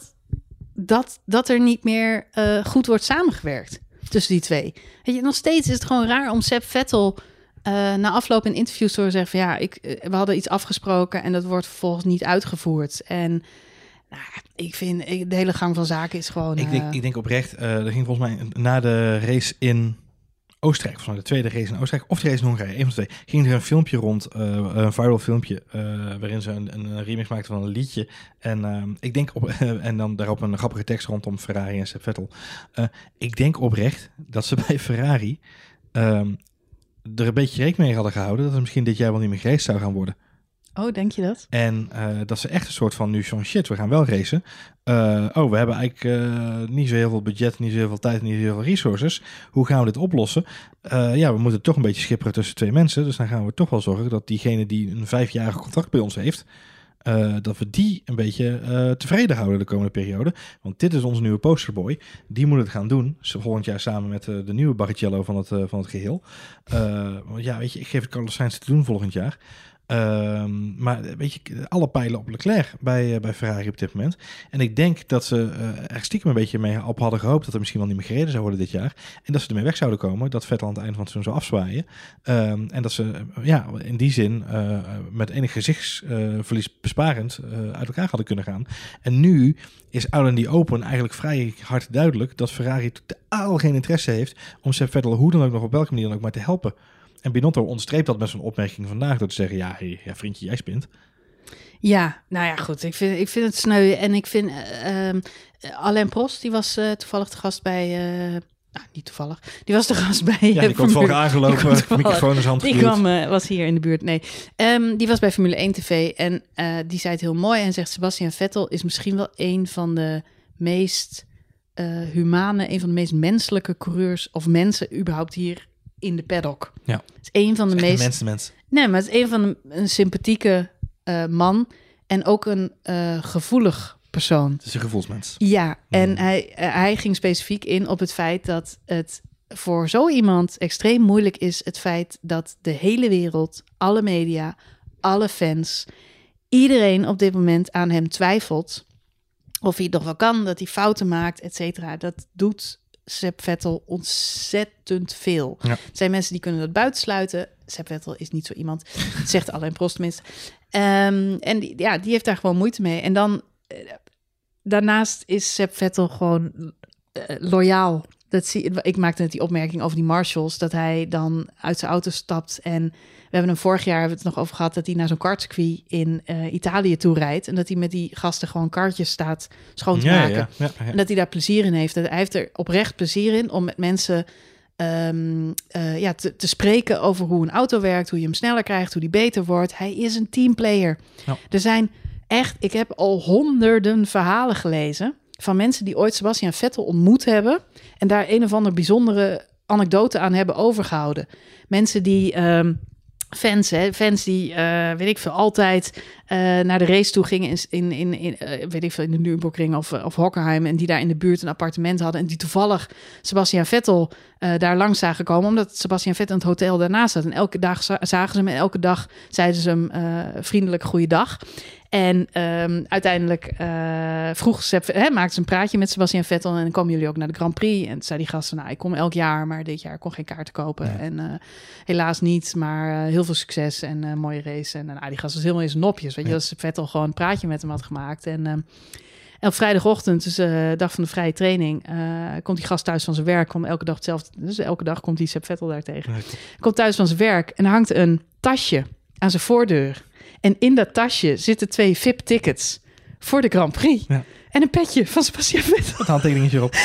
dat er niet meer goed wordt samengewerkt tussen die twee. Weet je, nog steeds is het gewoon raar om Seb Vettel na afloop in interviews te zeggen van we hadden iets afgesproken en dat wordt vervolgens niet uitgevoerd. En ik vind de hele gang van zaken is gewoon... Ik denk oprecht, er ging volgens mij na de race in Oostenrijk, volgens mij de tweede race in Oostenrijk of de race in Hongarije, een van de twee, ging er een filmpje rond, een viral filmpje, waarin ze een remix maakten van een liedje. En ik denk en dan daarop een grappige tekst rondom Ferrari en Seb Vettel. Ik denk oprecht dat ze bij Ferrari er een beetje rekening mee hadden gehouden dat er misschien dit jaar wel niet meer geraced zou gaan worden. Oh, denk je dat? En dat ze echt een soort van nu van shit, we gaan wel racen. We hebben eigenlijk niet zo heel veel budget, niet zo heel veel tijd, niet zo heel veel resources. Hoe gaan we dit oplossen? We moeten toch een beetje schipperen tussen twee mensen. Dus dan gaan we toch wel zorgen dat diegene die een 5-jarig contract bij ons heeft, dat we die een beetje tevreden houden de komende periode. Want dit is onze nieuwe posterboy. Die moet het gaan doen. Volgend jaar samen met de nieuwe Barrichello van het geheel. Weet je, ik geef het Carlos Sainz te doen volgend jaar. Maar weet je, alle pijlen op Leclerc bij Ferrari op dit moment. En ik denk dat ze er stiekem een beetje mee op hadden gehoopt dat er misschien wel niet meer gereden zou worden dit jaar. En dat ze ermee weg zouden komen. Dat Vettel aan het einde van het seizoen zou afzwaaien. En dat ze in die zin met enig gezichtsverlies besparend uit elkaar hadden kunnen gaan. En nu is out in the open eigenlijk vrij hard duidelijk dat Ferrari totaal geen interesse heeft om Seb Vettel hoe dan ook nog op welke manier dan ook maar te helpen. En Binotto onderstreept dat met zo'n opmerking vandaag door te zeggen, vriendje, jij spint. Ja, nou ja, goed. Ik vind het sneu. En ik vind Alain Prost, die was toevallig te gast bij... niet toevallig. Die was de gast bij... die komt toevallig aangelopen, microfoon in zijn hand geduwd. Was hier in de buurt. Nee, die was bij Formule 1 TV en die zei het heel mooi en zegt Sebastian Vettel is misschien wel een van de meest humane, een van de meest menselijke coureurs of mensen überhaupt hier in de paddock. Ja. Het is een van de meest... mens. Nee, maar het is een van een sympathieke man en ook een gevoelig persoon. Het is een gevoelsmens. Ja, en hij ging specifiek in op het feit dat het voor zo iemand extreem moeilijk is, het feit dat de hele wereld, alle media, alle fans, iedereen op dit moment aan hem twijfelt of hij het nog wel kan, dat hij fouten maakt, et cetera. Dat doet Seb Vettel ontzettend veel. Ja. Er zijn mensen die kunnen dat buitensluiten. Seb Vettel is niet zo iemand. Dat zegt Alain Prost tenminste. En die heeft daar gewoon moeite mee. En dan daarnaast is Seb Vettel gewoon loyaal. Ik maakte net die opmerking over die marshals, dat hij dan uit zijn auto stapt. En we hebben hem vorig jaar het nog over gehad dat hij naar zo'n kartcircuit in Italië toe rijdt. En dat hij met die gasten gewoon kartjes staat schoon te maken. Ja. En dat hij daar plezier in heeft. Hij heeft er oprecht plezier in om met mensen te spreken over hoe een auto werkt, hoe je hem sneller krijgt, hoe die beter wordt. Hij is een teamplayer. Ja. Er zijn echt, ik heb al honderden verhalen gelezen van mensen die ooit Sebastian Vettel ontmoet hebben en daar een of andere bijzondere anekdote aan hebben overgehouden. Mensen die fans die, weet ik veel, altijd naar de race toe gingen in de Nürburgring of Hockenheim en die daar in de buurt een appartement hadden en die toevallig Sebastian Vettel daar langs zagen komen, omdat Sebastian Vettel in het hotel daarnaast zat. En elke dag zagen ze hem en elke dag zeiden ze hem vriendelijk goeiedag. En uiteindelijk maakte ze een praatje met Sebastian Vettel en dan komen jullie ook naar de Grand Prix. En toen zei die gasten, nou, ik kom elk jaar, maar dit jaar kon geen kaarten kopen. Ja. En helaas niet, maar heel veel succes en mooie race. En die gast was helemaal in zijn nopjes. Weet je, als Vettel gewoon een praatje met hem had gemaakt. En op vrijdagochtend, dus dag van de vrije training, komt die gast thuis van zijn werk. Komt elke dag hetzelfde. Dus elke dag komt die Seb Vettel daar tegen. Nee. Komt thuis van zijn werk en er hangt een tasje aan zijn voordeur. En in dat tasje zitten 2 VIP-tickets voor de Grand Prix. Ja. En een petje van Sebastian Vettel. Het handtekeningetje erop.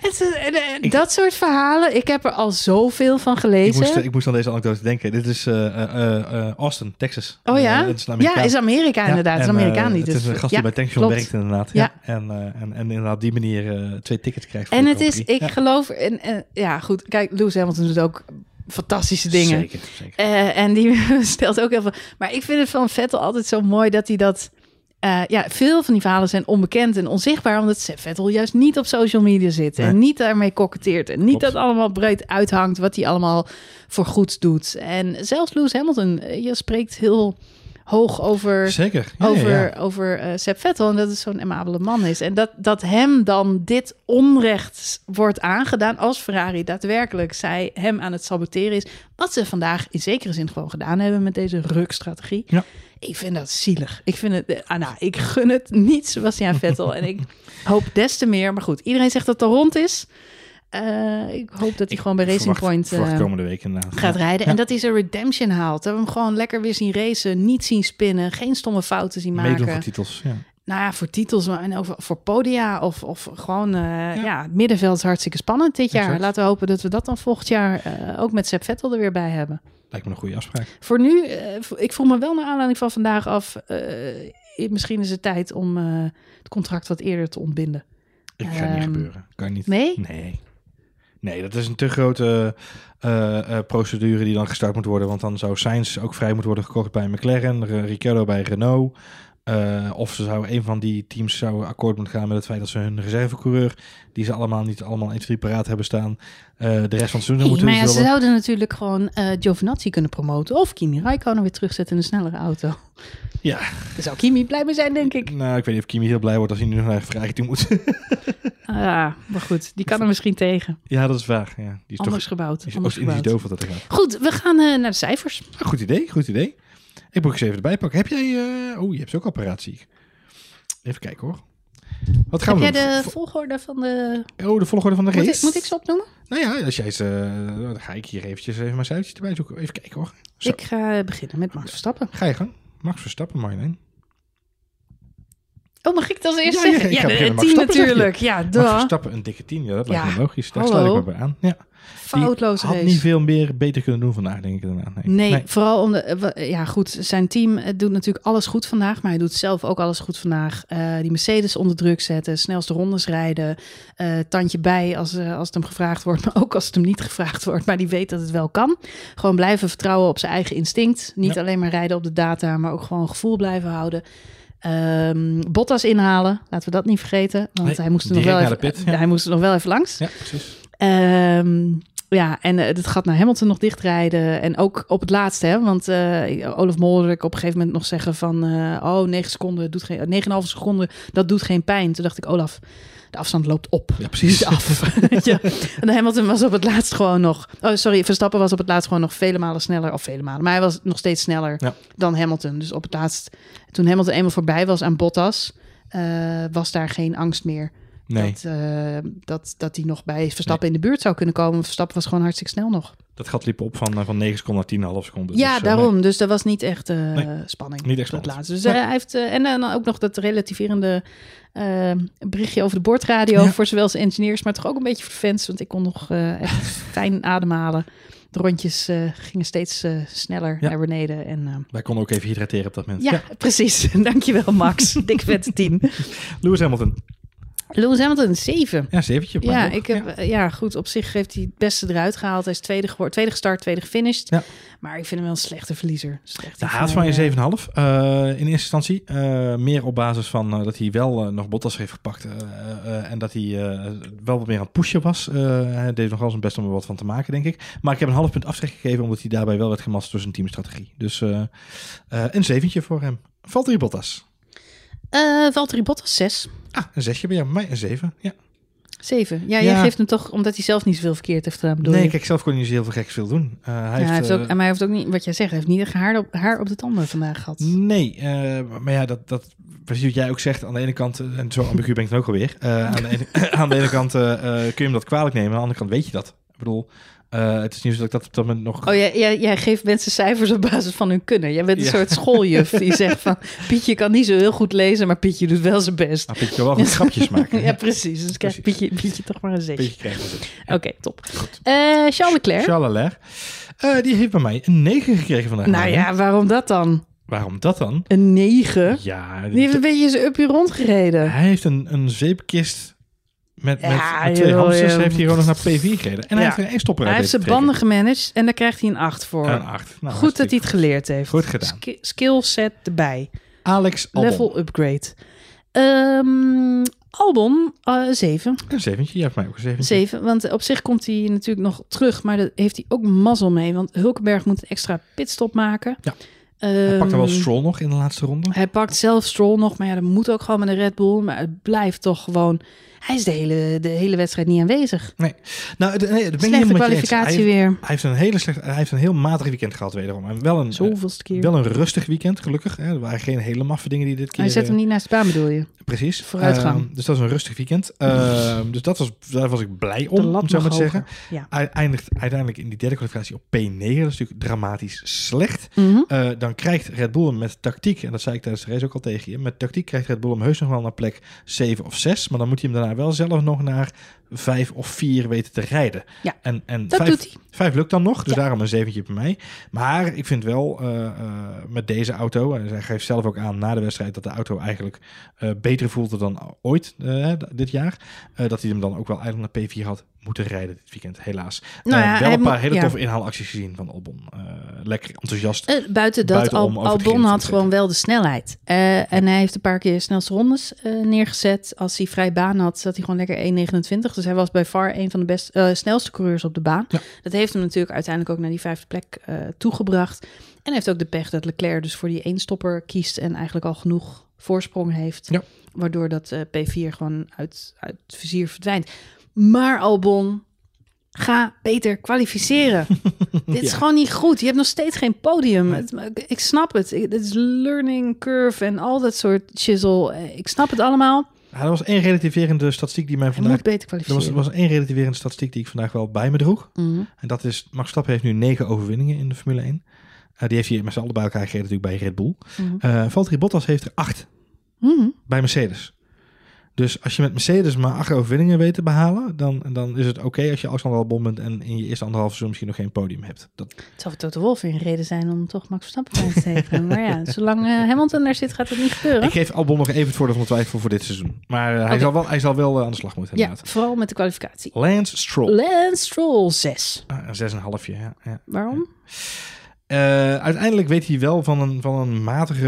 Dat soort verhalen, ik heb er al zoveel van gelezen. Ik moest aan deze anekdote denken. Dit is Austin, Texas. Oh ja? Is Amerika inderdaad. Het is Amerikaan niet. Het is een gast die bij Tankstation werkt inderdaad. Ja. En inderdaad die manier 2 tickets krijgt. Voor en het is, ik geloof... goed, kijk, Lewis Hamilton doet ook fantastische dingen. Zeker. En die stelt ook heel veel... Maar ik vind het van Vettel altijd zo mooi dat hij dat... veel van die verhalen zijn onbekend en onzichtbaar, omdat Seb Vettel juist niet op social media zit en niet daarmee koketteert en niet dat allemaal breed uithangt wat hij allemaal voor goeds doet. En zelfs Lewis Hamilton, je spreekt heel hoog over, over Seb Vettel en dat het zo'n amabele man is. En dat hem dan dit onrecht wordt aangedaan als Ferrari daadwerkelijk zij hem aan het saboteren is, wat ze vandaag in zekere zin gewoon gedaan hebben met deze rukstrategie. Ja. Ik vind dat zielig. Ik vind het, ik gun het niet Sebastian Vettel. En ik hoop des te meer. Maar goed, iedereen zegt dat het al rond is. Ik hoop dat hij gewoon bij Racing Point komende week gaat rijden. Ja. En dat hij zijn redemption haalt. Dat we hem gewoon lekker weer zien racen. Niet zien spinnen. Geen stomme fouten zien maken. Meedoen voor titels, ja. Nou ja, voor titels en ook voor podia of gewoon... het middenveld is hartstikke spannend dit jaar. Exact. Laten we hopen dat we dat dan volgend jaar ook met Seb Vettel er weer bij hebben. Lijkt me een goede afspraak. Voor nu, ik voel me wel naar aanleiding van vandaag af... misschien is het tijd om het contract wat eerder te ontbinden. Dat gaat niet gebeuren. Kan niet. Nee? Nee, dat is een te grote procedure die dan gestart moet worden. Want dan zou Sainz ook vrij moeten worden gekocht bij McLaren, Ricciardo bij Renault... of ze zou een van die teams zou akkoord moeten gaan met het feit dat ze hun reservecoureur, die ze allemaal niet 1, 2 paraat hebben staan, de rest van het seizoen moeten maar ze zouden natuurlijk gewoon Giovinazzi kunnen promoten of Kimi Räikkönen weer terugzetten in een snellere auto. Ja. Daar zou Kimi blij mee zijn, denk ik. Nou, ik weet niet of Kimi heel blij wordt als hij nu naar Ferrari toe moet. Maar goed, die kan er misschien tegen. Ja, dat is waar. Ja. Die is anders gebouwd. Die is doof wat dat gaat. Goed, we gaan naar de cijfers. Goed idee. Ik moet eens even erbij pakken. Heb jij... je hebt ook apparaat, zie ik. Even kijken, hoor. Wat gaan heb we doen? jij de volgorde van de... de volgorde van de race? Moet ik ze opnoemen? Nou ja, als jij ze... dan ga ik hier eventjes even mijn cijfertjes erbij zoeken. Even kijken, hoor. Zo. Ik ga beginnen met Max Verstappen. Ga je gang. Max Verstappen, Marjolein. Oh, mag ik dat als eerst zeggen? Ja, de 10 natuurlijk. Ja, Max Verstappen, een dikke 10. Ja, dat lijkt me logisch. Daar sluit ik me bij aan. Ja. Foutloos race. Had niet veel meer beter kunnen doen vandaag, denk ik daarna. Nee, vooral omdat... zijn team doet natuurlijk alles goed vandaag, maar hij doet zelf ook alles goed vandaag. Die Mercedes onder druk zetten, snelste rondes rijden, tandje bij als het hem gevraagd wordt, maar ook als het hem niet gevraagd wordt. Maar die weet dat het wel kan. Gewoon blijven vertrouwen op zijn eigen instinct. Niet alleen maar rijden op de data, maar ook gewoon gevoel blijven houden. Bottas inhalen, laten we dat niet vergeten. Want hij moest er nog wel even langs. Ja, precies. En het gat naar Hamilton nog dichtrijden. En ook op het laatste, hè, want Olaf Mol hoorde ik op een gegeven moment nog zeggen van 9 seconden doet geen 9,5 seconden, dat doet geen pijn. Toen dacht ik, Olaf, de afstand loopt op. Ja, precies. Af. Ja. En Hamilton was op het laatst gewoon nog... Verstappen was op het laatst gewoon nog vele malen sneller. Of vele malen, maar hij was nog steeds sneller dan Hamilton. Dus op het laatst, toen Hamilton eenmaal voorbij was aan Bottas, was daar geen angst meer. Nee. Dat hij nog bij Verstappen in de buurt zou kunnen komen. Verstappen was gewoon hartstikke snel nog. Dat gat liep op van 9 seconden naar 10,5 seconden. Ja, dus, daarom. Nee. Dus dat was niet echt spanning. Niet echt spannend. Laatste. Dus hij heeft... en dan ook nog dat relativerende berichtje over de boordradio voor zowel zijn engineers, maar toch ook een beetje voor de fans. Want ik kon nog echt fijn ademhalen. De rondjes gingen steeds sneller naar beneden. En, wij konden ook even hydrateren op dat moment. Ja, precies. Dankjewel, Max. Dik vette 10. Lewis Hamilton, een 7. Ja, 7. Ja, goed. Op zich heeft hij het beste eruit gehaald. Hij is tweede gestart, tweede gefinished. Ja. Maar ik vind hem wel een slechte verliezer. Hij had van je 7,5 in eerste instantie. Meer op basis van dat hij wel nog Bottas heeft gepakt. En dat hij wel wat meer aan het pushen was. Hij deed nogal zijn best om er wat van te maken, denk ik. Maar ik heb een half punt aftrek gegeven, omdat hij daarbij wel werd gemast door zijn teamstrategie. Dus een 7 voor hem. Valtteri Bottas. Valtteri Bottas 6. Een 6 bij jou, bij mij een 7. Ja. 7. Ja, jij geeft hem toch omdat hij zelf niet zoveel verkeerd heeft gedaan. Nee, kijk, zelf kon hij niet zo heel veel geks veel doen. Hij heeft ook niet, wat jij zegt, hij heeft niet echt haar op de tanden vandaag gehad. Nee, maar ja, dat precies wat jij ook zegt. Aan de ene kant, en zo ambigu ben ik dan ook alweer. Aan de ene kant kun je hem dat kwalijk nemen. Aan de andere kant weet je dat. Ik bedoel, het is niet zo dat ik dat op dat moment nog... Oh, jij geeft mensen cijfers op basis van hun kunnen. Jij bent een soort schooljuf die zegt van... Pietje kan niet zo heel goed lezen, maar Pietje doet wel zijn best. Nou, Pietje kan wel goed grapjes maken. Ja, precies. Dus krijgt Pietje toch maar een 6. Pietje krijgt een 6. Oké, top. Charles Leclerc. Charles Leclerc. Die heeft bij mij een 9 gekregen vandaag. Nou ja, waarom dat dan? Waarom dat dan? Een 9? Ja. Die heeft een beetje zijn uppie rondgereden. Hij heeft een zeepkist... Met 2 hamsters heeft hij gewoon nog naar P4 gereden. En hij heeft er 1 stopper uit. Hij heeft zijn banden gemanaged en daar krijgt hij een 8 voor. Een 8. Nou, goed dat hij het geleerd heeft. Goed gedaan. Skillset erbij. Alex Albon. Level upgrade. Albon, 7. Een 7. Je hebt mij ook een 7. 7, want op zich komt hij natuurlijk nog terug. Maar daar heeft hij ook mazzel mee. Want Hulkenberg moet een extra pitstop maken. Ja. Hij pakt dan wel Stroll nog in de laatste ronde. Hij pakt zelf Stroll nog. Maar ja, dat moet ook gewoon met een Red Bull. Maar het blijft toch gewoon... Hij is de hele wedstrijd niet aanwezig. Nee. Nou, daar ben ik slechte kwalificatie weer. Hij heeft een heel matig weekend gehad wederom. En wel een rustig weekend, gelukkig. Er waren geen hele maffe dingen die dit keer... Hij zet hem niet naast de baan, bedoel je? Precies. Vooruitgang. Dus dat is een rustig weekend. Dus daar was ik blij om zo maar te zeggen. Ja. Eindigt uiteindelijk in die derde kwalificatie op P9. Dat is natuurlijk dramatisch slecht. Mm-hmm. Dan krijgt Red Bull hem met tactiek, en dat zei ik tijdens de race ook al tegen je, met tactiek krijgt Red Bull hem heus nog wel naar plek 7 of 6. Maar dan moet hij hem daarna wel zelf nog naar 5 of 4 weten te rijden. Ja, en dat 5, doet hij. 5 lukt dan nog, dus daarom een 7 bij mij. Maar ik vind wel met deze auto, en hij geeft zelf ook aan na de wedstrijd dat de auto eigenlijk beter voelde dan ooit dit jaar. Dat hij hem dan ook wel eigenlijk naar P4 had moeten rijden dit weekend, helaas. Wel een paar hele toffe inhaalacties gezien van Albon. Lekker enthousiast. Buiten dat, Albon had gewoon wel de snelheid. En hij heeft een paar keer snelste rondes neergezet. Als hij vrij baan had, zat hij gewoon lekker 1,29. Dus hij was bij far een van de snelste coureurs op de baan. Ja. Dat heeft hem natuurlijk uiteindelijk ook naar die 5e plek toegebracht. En heeft ook de pech dat Leclerc dus voor die 1-stopper kiest en eigenlijk al genoeg voorsprong heeft. Ja. Waardoor dat P4 gewoon uit het vizier verdwijnt. Maar Albon, ga beter kwalificeren. Dit is gewoon niet goed. Je hebt nog steeds geen podium. Nee. Ik snap het. Het is learning curve en al dat soort shizzle. Ik snap het allemaal. Ja, er was één relativerende statistiek die mij vandaag... moet beter kwalificeren. Er was één relativerende statistiek die ik vandaag wel bij me droeg. Mm-hmm. En dat is, Max Verstappen heeft nu 9 overwinningen in de Formule 1. Die heeft hij met z'n allen bij elkaar gereden natuurlijk bij Red Bull. Mm-hmm. Valtteri Bottas heeft er 8 bij Mercedes. Dus als je met Mercedes maar 8 overwinningen weet te behalen, dan is het oké als je Alexander Albon bent en in je eerste 1,5 seizoen misschien nog geen podium hebt. Het zou voor Toto Wolff een reden zijn om toch Max Verstappen bij te steken. Maar ja, zolang Hamilton daar zit, gaat het niet gebeuren. Ik geef Albon nog even het voordeel van de twijfel voor dit seizoen. Maar hij zal wel aan de slag moeten. Ja, vooral met de kwalificatie. Lance Stroll 6. Een 6,5. Ja. Waarom? Uiteindelijk weet hij wel van een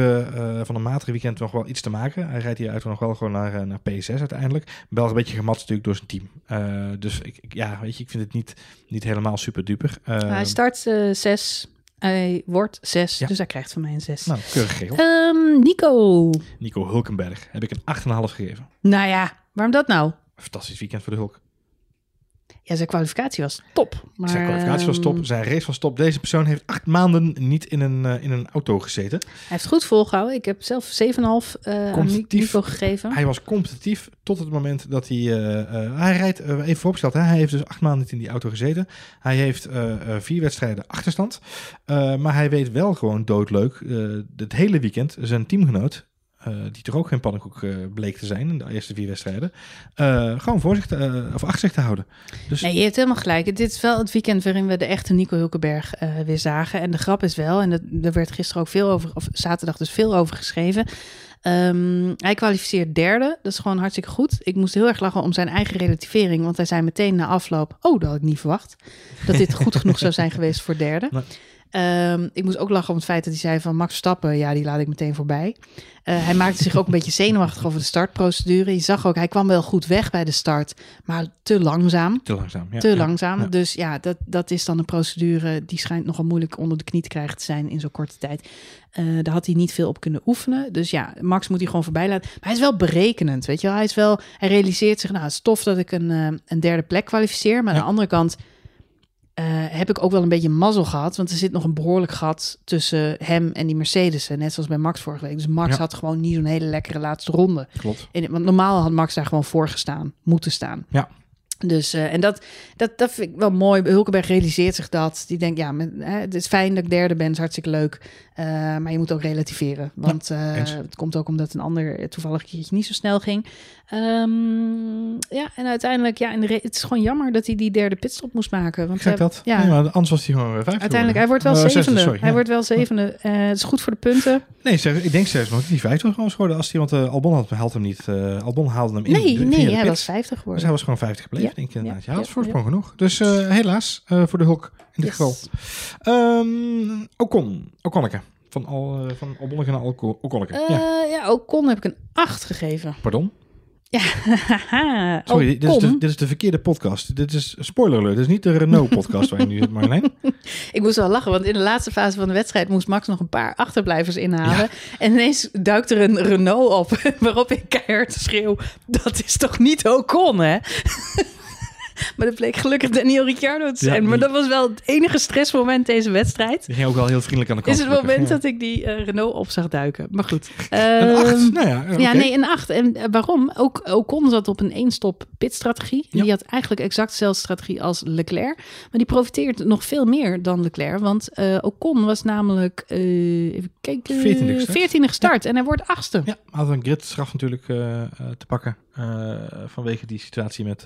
matige weekend nog wel iets te maken. Hij rijdt hier uit nog wel gewoon naar P6 uiteindelijk. Wel een beetje gematst natuurlijk door zijn team. Dus ik vind het niet helemaal super duper. Hij start 6. Hij wordt 6, dus hij krijgt van mij een 6. Nou, keurig geregeld. Nico Hulkenberg heb ik een 8,5 gegeven. Nou ja, waarom dat nou? Fantastisch weekend voor de Hulk. Ja, zijn kwalificatie was top. Maar, zijn kwalificatie was top, zijn race was top. Deze persoon heeft 8 maanden niet in een auto gezeten. Hij heeft goed volgehouden. Ik heb zelf 7,5 aan Nico gegeven. Hij was competitief tot het moment dat hij rijdt, even vooropgesteld, hij heeft dus 8 maanden niet in die auto gezeten. Hij heeft 4 wedstrijden achterstand. Maar hij weet wel gewoon doodleuk het hele weekend zijn teamgenoot, die toch ook geen pannenkoek bleek te zijn in de eerste 4 wedstrijden, gewoon voor zich of achter zich te houden. Dus... Nee, je hebt helemaal gelijk. Dit is wel het weekend waarin we de echte Nico Hulkenberg weer zagen. En de grap is wel, en er werd gisteren ook veel over, of zaterdag dus veel over geschreven. Hij kwalificeert 3e. Dat is gewoon hartstikke goed. Ik moest heel erg lachen om zijn eigen relativering, want hij zei meteen na afloop, dat had ik niet verwacht, dat dit goed genoeg zou zijn geweest voor 3e. Nee. Ik moest ook lachen om het feit dat hij zei van Max Verstappen, ja, die laat ik meteen voorbij. Hij maakte zich ook een beetje zenuwachtig over de startprocedure. Je zag ook, hij kwam wel goed weg bij de start, maar te langzaam. Te langzaam. Ja. Dus ja, dat is dan een procedure die schijnt nogal moeilijk onder de knie te krijgen te zijn in zo'n korte tijd. Daar had hij niet veel op kunnen oefenen. Dus ja, Max moet hij gewoon voorbij laten. Maar hij is wel berekenend, weet je wel. Hij realiseert zich, nou, het is tof dat ik een derde plek kwalificeer. Maar aan de andere kant heb ik ook wel een beetje mazzel gehad. Want er zit nog een behoorlijk gat tussen hem en die Mercedes. Net zoals bij Max vorige week. Dus Max had gewoon niet zo'n hele lekkere laatste ronde. Klopt. Want normaal had Max daar gewoon voor moeten staan. Ja. Dus, en dat vind ik wel mooi. Hulkenberg realiseert zich dat. Die denkt, ja, het is fijn dat ik derde ben. Het is hartstikke leuk. Maar je moet ook relativeren. Want het komt ook omdat een ander toevallig een keertje niet zo snel ging. En uiteindelijk, het is gewoon jammer dat hij die derde pitstop moest maken. Want Kijk dat? Ja, maar anders was hij gewoon vijfde. Uiteindelijk, hij wordt wel zevende. Hij wordt wel zevende. Het is goed voor de punten. Nee, ik denk zelfs nog dat hij vijfde was geworden. Als hij, want Albon haalt hem niet. Albon haalde hem in. Nee, hij was 50 geworden. Dus hij was gewoon 50 gebleven, denk ik inderdaad. Ja, dat is voorsprong genoeg. Dus helaas voor de Hulk in dit geval. Oconneke. Van Albonneke naar Oconneke. Ocon heb ik een 8 gegeven. Pardon? Ja, sorry, dit is de verkeerde podcast. Dit is spoiler alert. Dit is niet de Renault-podcast waar je nu zit, Marjolein. Ik moest wel lachen, want in de laatste fase van de wedstrijd moest Max nog een paar achterblijvers inhalen. Ja. En ineens duikt er een Renault op, waarop ik keihard schreeuw, dat is toch niet Ocon, hè? Maar dat bleek gelukkig Daniel Ricciardo te zijn. Maar dat was wel het enige stressmoment deze wedstrijd. Die ging ook wel heel vriendelijk aan de kant. Is het moment dat ik die Renault op zag duiken. Maar goed. Een 8? Nou ja, okay. Ja, nee, een 8. En waarom? Ook Ocon zat op een 1-stop pitstrategie. Ja. Die had eigenlijk exact dezelfde strategie als Leclerc. Maar die profiteert nog veel meer dan Leclerc. Want Ocon was namelijk even kijken, 14e gestart. Ja. En hij wordt 8e. Ja, had een gridstraf natuurlijk te pakken. Vanwege die situatie met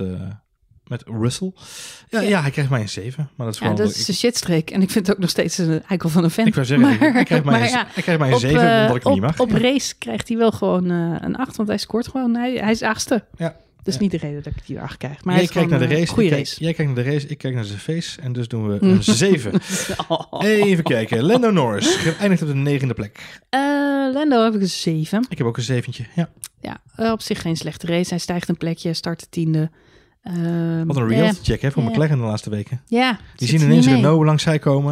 Russell. Ja, hij krijgt mij een 7. Maar dat is gewoon dat is een shitstreek. En ik vind het ook nog steeds een eikel van een fan. Ik wou zeggen, hij krijgt mij een 7 omdat ik hem niet mag. Op race krijgt hij wel gewoon een 8. Want hij scoort gewoon. Hij is 8e. Ja. Dat is niet de reden dat ik die 8 krijg. Maar jij kijkt naar de race. Goede race. Jij kijkt naar de race, ik kijk naar zijn face. En dus doen we een 7. Even kijken. Lando Norris eindigt op de 9e plek. Lando heb ik een 7. Ik heb ook een 7'tje, Ja, op zich geen slechte race. Hij stijgt een plekje, start de 10e. Wat een reality check voor McLaren de laatste weken. Ja, die zien ineens Renault langs komen.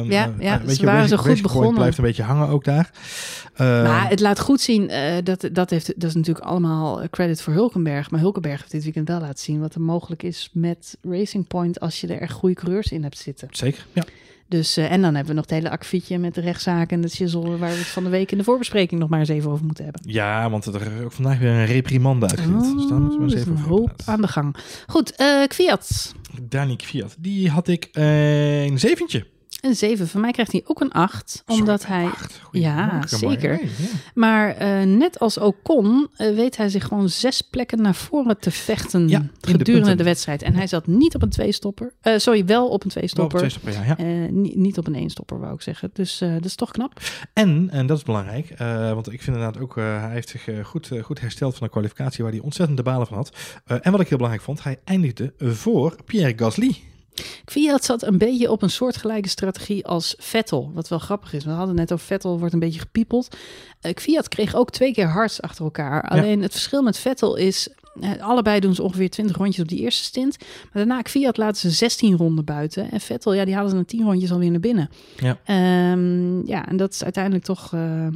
Weet je, waren ze goed begonnen. Blijft een beetje hangen ook daar. Maar het laat goed zien, dat is natuurlijk allemaal credit voor Hulkenberg. Maar Hulkenberg heeft dit weekend wel laten zien wat er mogelijk is met Racing Point als je er echt goede coureurs in hebt zitten. Zeker, ja. Dus, en dan hebben we nog het hele akkefietje met de rechtszaken en de shizzle, waar we het van de week in de voorbespreking nog maar eens even over moeten hebben. Ja, want er is ook vandaag weer een reprimande uitgedeeld. Dus daar moeten we eens even over hoop aan de gang. Goed, Kvyat. Dani Kvyat, die had ik een 7'tje. Een 7. Van mij krijgt hij ook een 8. Omdat hij... 8. Ja, zeker. Maar net als Ocon weet hij zich gewoon 6 plekken naar voren te vechten gedurende de wedstrijd. En hij zat niet op een 2-stopper. Wel op een 2-stopper. Niet op een 1-stopper, wou ik zeggen. Dus dat is toch knap. En dat is belangrijk. Want ik vind inderdaad ook, hij heeft zich goed hersteld van de kwalificatie waar hij ontzettend de balen van had. En wat ik heel belangrijk vond, hij eindigde voor Pierre Gasly. Kvyat zat een beetje op een soortgelijke strategie als Vettel. Wat wel grappig is. We hadden net over Vettel, wordt een beetje gepiepeld. Kvyat kreeg ook 2 keer hards achter elkaar. Alleen het verschil met Vettel is... allebei doen ze ongeveer 20 rondjes op die eerste stint. Maar daarna Kvyat laten ze 16 ronden buiten. En Vettel, die halen ze na 10 rondjes alweer naar binnen. Ja, en dat is uiteindelijk toch...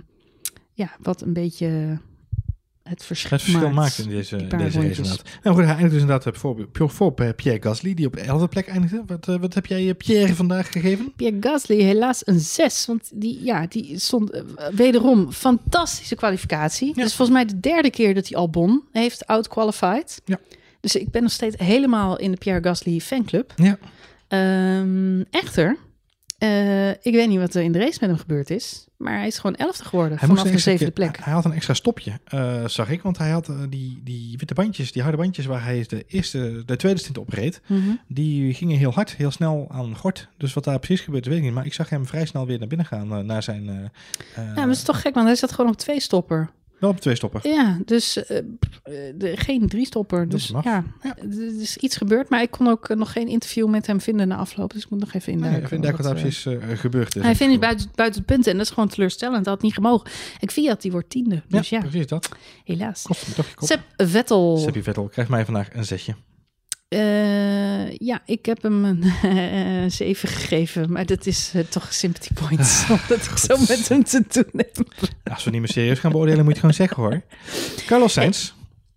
wat een beetje... Het verschil maakt in deze race inderdaad. Nou goed, hij eindigde dus inderdaad voor Pierre Gasly, die op de 11e plek eindigde. Wat heb jij Pierre vandaag gegeven? Pierre Gasly helaas een 6, want die stond wederom fantastische kwalificatie. Ja. Dus volgens mij de 3e keer dat hij Albon heeft outqualified. Ja. Dus ik ben nog steeds helemaal in de Pierre Gasly fanclub. Ja. Echter... ik weet niet wat er in de race met hem gebeurd is. Maar hij is gewoon 11e geworden vanaf de 7e plek. Hij had een extra stopje, zag ik. Want hij had die witte bandjes, die harde bandjes... waar hij de tweede stint op reed... die gingen heel hard, heel snel aan gort. Dus wat daar precies gebeurde, weet ik niet. Maar ik zag hem vrij snel weer naar binnen gaan naar zijn... maar dat is toch gek, want hij zat gewoon op 2-stopper. Wel op 2 stoppen. Ja, dus geen 3-stopper. Dus ja, er is iets gebeurd. Maar ik kon ook nog geen interview met hem vinden na afloop. Dus ik moet nog even induiken. Wat daar precies gebeurd is. Hij vindt buiten het punten. En dat is gewoon teleurstellend. Dat had niet gemogen. En Kvyat, die wordt 10e. Dus ja, precies dat. Helaas. Kost me toch je kop. Seppi Vettel krijgt mij vandaag een 6'je. Ja, ik heb hem een 7 gegeven. Maar dat is toch sympathy points. Omdat ik zo met hem te doen heb. Als we niet meer serieus gaan beoordelen, moet je het gewoon zeggen hoor. Carlos Sainz.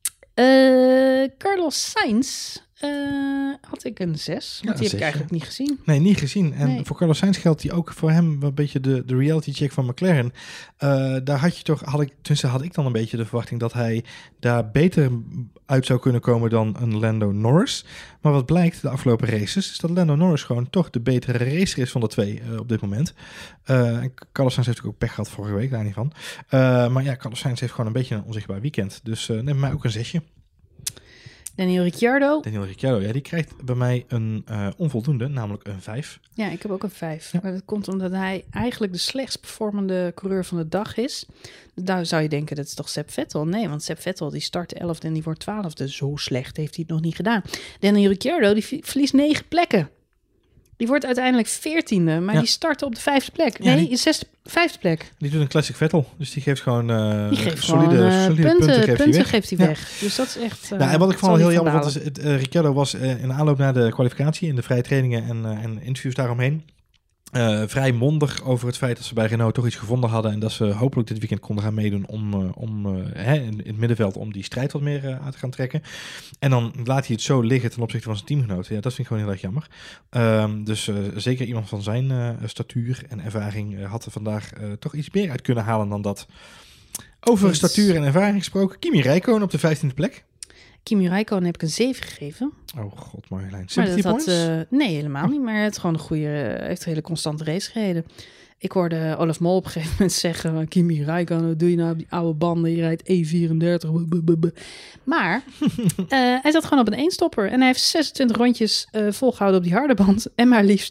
Carlos Sainz had ik een 6. Want die heb ik eigenlijk niet gezien. Nee, niet gezien. En voor Carlos Sainz geldt die ook voor hem een beetje de reality check van McLaren. Daar had ik dan een beetje de verwachting dat hij daar beter uit zou kunnen komen dan een Lando Norris. Maar wat blijkt de afgelopen races is dat Lando Norris gewoon toch de betere racer is van de twee op dit moment. En Carlos Sainz heeft ook pech gehad vorige week, daar niet van. Maar ja, Carlos Sainz heeft gewoon een beetje een onzichtbaar weekend. Dus neem mij ook een 6'je. Daniel Ricciardo, ja, die krijgt bij mij een onvoldoende, namelijk een 5. Ja, ik heb ook een 5. Ja. Maar dat komt omdat hij eigenlijk de slechtst performende coureur van de dag is. Daar zou je denken, dat is toch Seb Vettel? Nee, want Seb Vettel die start 11e en die wordt 12e. Zo slecht heeft hij het nog niet gedaan. Daniel Ricciardo die verliest 9 plekken. Die wordt uiteindelijk 14e, maar die startte op de 5e plek. Nee, de 5e plek. Die doet een classic Vettel, dus die geeft gewoon solide punten geeft hij weg. Dus dat is echt... en wat ik vond heel jammer vond, Ricciardo was in aanloop naar de kwalificatie, in de vrije trainingen en interviews daaromheen, vrij mondig over het feit dat ze bij Renault toch iets gevonden hadden en dat ze hopelijk dit weekend konden gaan meedoen om in het middenveld om die strijd wat meer uit te gaan trekken. En dan laat hij het zo liggen ten opzichte van zijn teamgenoten. Ja, dat vind ik gewoon heel erg jammer. Dus zeker iemand van zijn statuur en ervaring had er vandaag toch iets meer uit kunnen halen dan dat. Over statuur en ervaring gesproken, Kimi Räikkönen op de 15e plek. Kimi Räikkönen heb ik een 7 gegeven. Oh god, Marjolein. Nee, helemaal niet. Maar het is gewoon heeft een hele constante race gereden. Ik hoorde Olaf Mol op een gegeven moment zeggen... Kimi Räikkönen, wat doe je nou op die oude banden? Je rijdt E34. Maar hij zat gewoon op een eenstopper. En hij heeft 26 rondjes volgehouden op die harde band. En maar liefst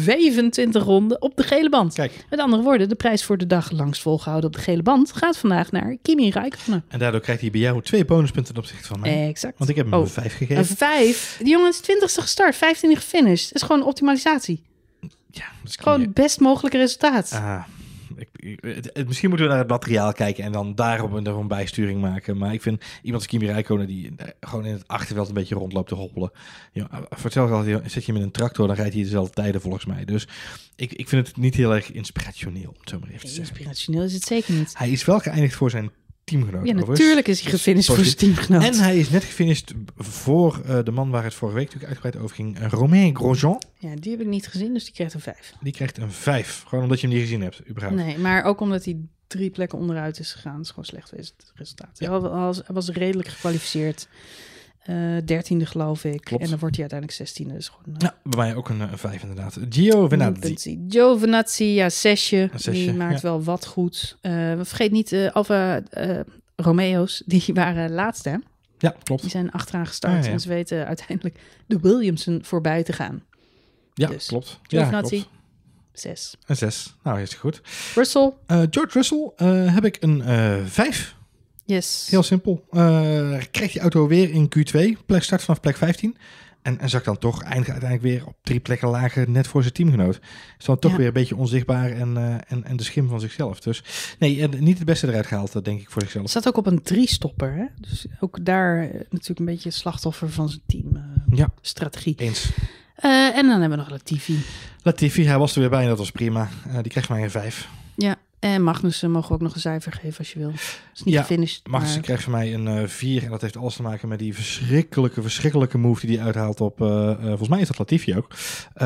25 ronden op de gele band. Kijk. Met andere woorden, de prijs voor de dag langst volgehouden op de gele band... gaat vandaag naar Kimi Räikkönen. En daardoor krijgt hij bij jou 2 bonuspunten ten opzichte van mij. Exact. Want ik heb hem een 5 gegeven. Een 5? Die jongen is 20ste gestart, 15e gefinished. Dat is gewoon optimalisatie. Ja, gewoon het best mogelijke resultaat. Misschien moeten we naar het materiaal kijken en dan daarop een bijsturing maken. Maar ik vind iemand als Kimi Räikkönen die gewoon in het achterveld een beetje rondloopt te hoppelen. Ja, vertel zet je hem in een tractor, dan rijdt hij dezelfde tijden volgens mij. Dus ik vind het niet heel erg inspirationeel, om zo maar even te zeggen. Inspirationeel is het zeker niet. Hij is wel geëindigd voor zijn teamgenoot. Ja, natuurlijk is hij gefinished voor zijn teamgenoot. En hij is net gefinished voor de man waar het vorige week natuurlijk uitgebreid over ging. Romain Grosjean. Ja, die heb ik niet gezien, dus die krijgt een 5. Die krijgt een 5. Gewoon omdat je hem niet gezien hebt, überhaupt. Nee, maar ook omdat hij 3 plekken onderuit is gegaan. Dat is gewoon slecht geweest, het resultaat. Ja. Hij was redelijk gekwalificeerd. 13e geloof ik. Klopt. En dan wordt hij uiteindelijk 16e. Dus gewoon, ja, bij mij ook een 5 inderdaad. Giovinazzi, ja, 6'je. Die maakt wel wat goed. Vergeet niet, Alfa Romeo's, die waren laatste, hè? Ja, klopt. Die zijn achteraan gestart en ze weten uiteindelijk de Williamson voorbij te gaan. Ja, dus, klopt. Giovinazzi, 6. Een 6. Nou, is goed. Russell. George Russell heb ik een 5. Yes. Heel simpel. Krijgt die auto weer in Q2. Start vanaf plek 15. En zag dan toch uiteindelijk weer op 3 plekken lager net voor zijn teamgenoot. Is dan toch weer een beetje onzichtbaar en de schim van zichzelf. Dus nee, niet het beste eruit gehaald, denk ik, voor zichzelf. Zat ook op een 3-stopper, hè? Dus ook daar natuurlijk een beetje slachtoffer van zijn team. Strategie. Eens. En dan hebben we nog Latifi. Latifi, hij was er weer bij en dat was prima. Die kreeg mij een 5. Ja. En Magnussen mogen we ook nog een cijfer geven als je wil. Is niet gefinished. Magnussen krijgt van mij een 4. En dat heeft alles te maken met die verschrikkelijke move die hij uithaalt op... volgens mij is dat Latifi ook.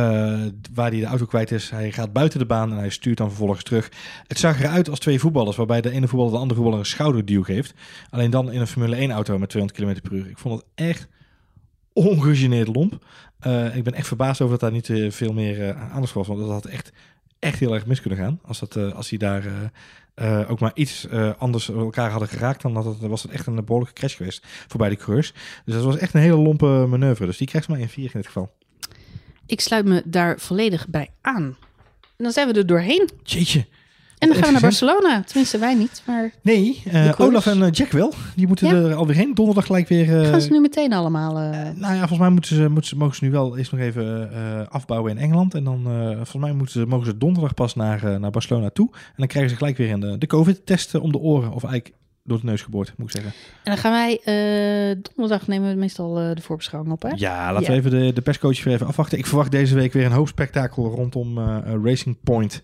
Waar hij de auto kwijt is. Hij gaat buiten de baan en hij stuurt dan vervolgens terug. Het zag eruit als 2 voetballers. Waarbij de ene voetballer de andere voetballer een schouderduw geeft. Alleen dan in een Formule 1 auto met 200 km per uur. Ik vond het echt ongegeneerd lomp. Ik ben echt verbaasd over dat daar niet veel meer aandacht was. Want dat had echt heel erg mis kunnen gaan. Als hij daar ook maar iets anders elkaar hadden geraakt, dan was het echt een behoorlijke crash geweest voor beide coureurs. Dus dat was echt een hele lompe manoeuvre. Dus die krijgt maar een 4 in dit geval. Ik sluit me daar volledig bij aan. En dan zijn we er doorheen. Jeetje. En dan gaan we naar Barcelona. Tenminste, wij niet. Maar Nee, Olaf en Jack wel. Die moeten er alweer heen. Donderdag gelijk weer... gaan ze nu meteen allemaal... nou ja, volgens mij mogen ze nu wel eerst nog even afbouwen in Engeland. En dan volgens mij mogen ze donderdag pas naar Barcelona toe. En dan krijgen ze gelijk weer de COVID-test om de oren. Of eigenlijk door de neus geboord, moet ik zeggen. En dan gaan wij donderdag nemen we meestal de voorbeschouwing op, hè? Ja, laten we even de perscoach weer even afwachten. Ik verwacht deze week weer een hoop spektakel rondom Racing Point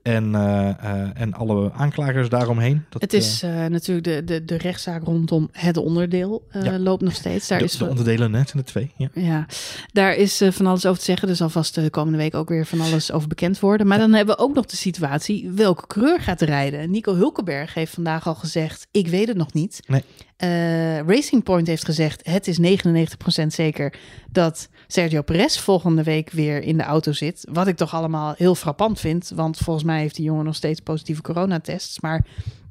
en alle aanklagers daaromheen. Het is natuurlijk de rechtszaak rondom het onderdeel loopt nog steeds. Daar is de onderdelen net zijn er 2. Ja, daar is van alles over te zeggen. Er zal vast de komende week ook weer van alles over bekend worden. Maar dan hebben we ook nog de situatie, welke coureur gaat rijden? Nico Hülkenberg heeft vandaag al gezegd, ik weet het nog niet. Nee. Racing Point heeft gezegd, het is 99% zeker dat Sergio Perez volgende week weer in de auto zit. Wat ik toch allemaal heel frappant vind. Want volgens mij heeft die jongen nog steeds positieve coronatests. Maar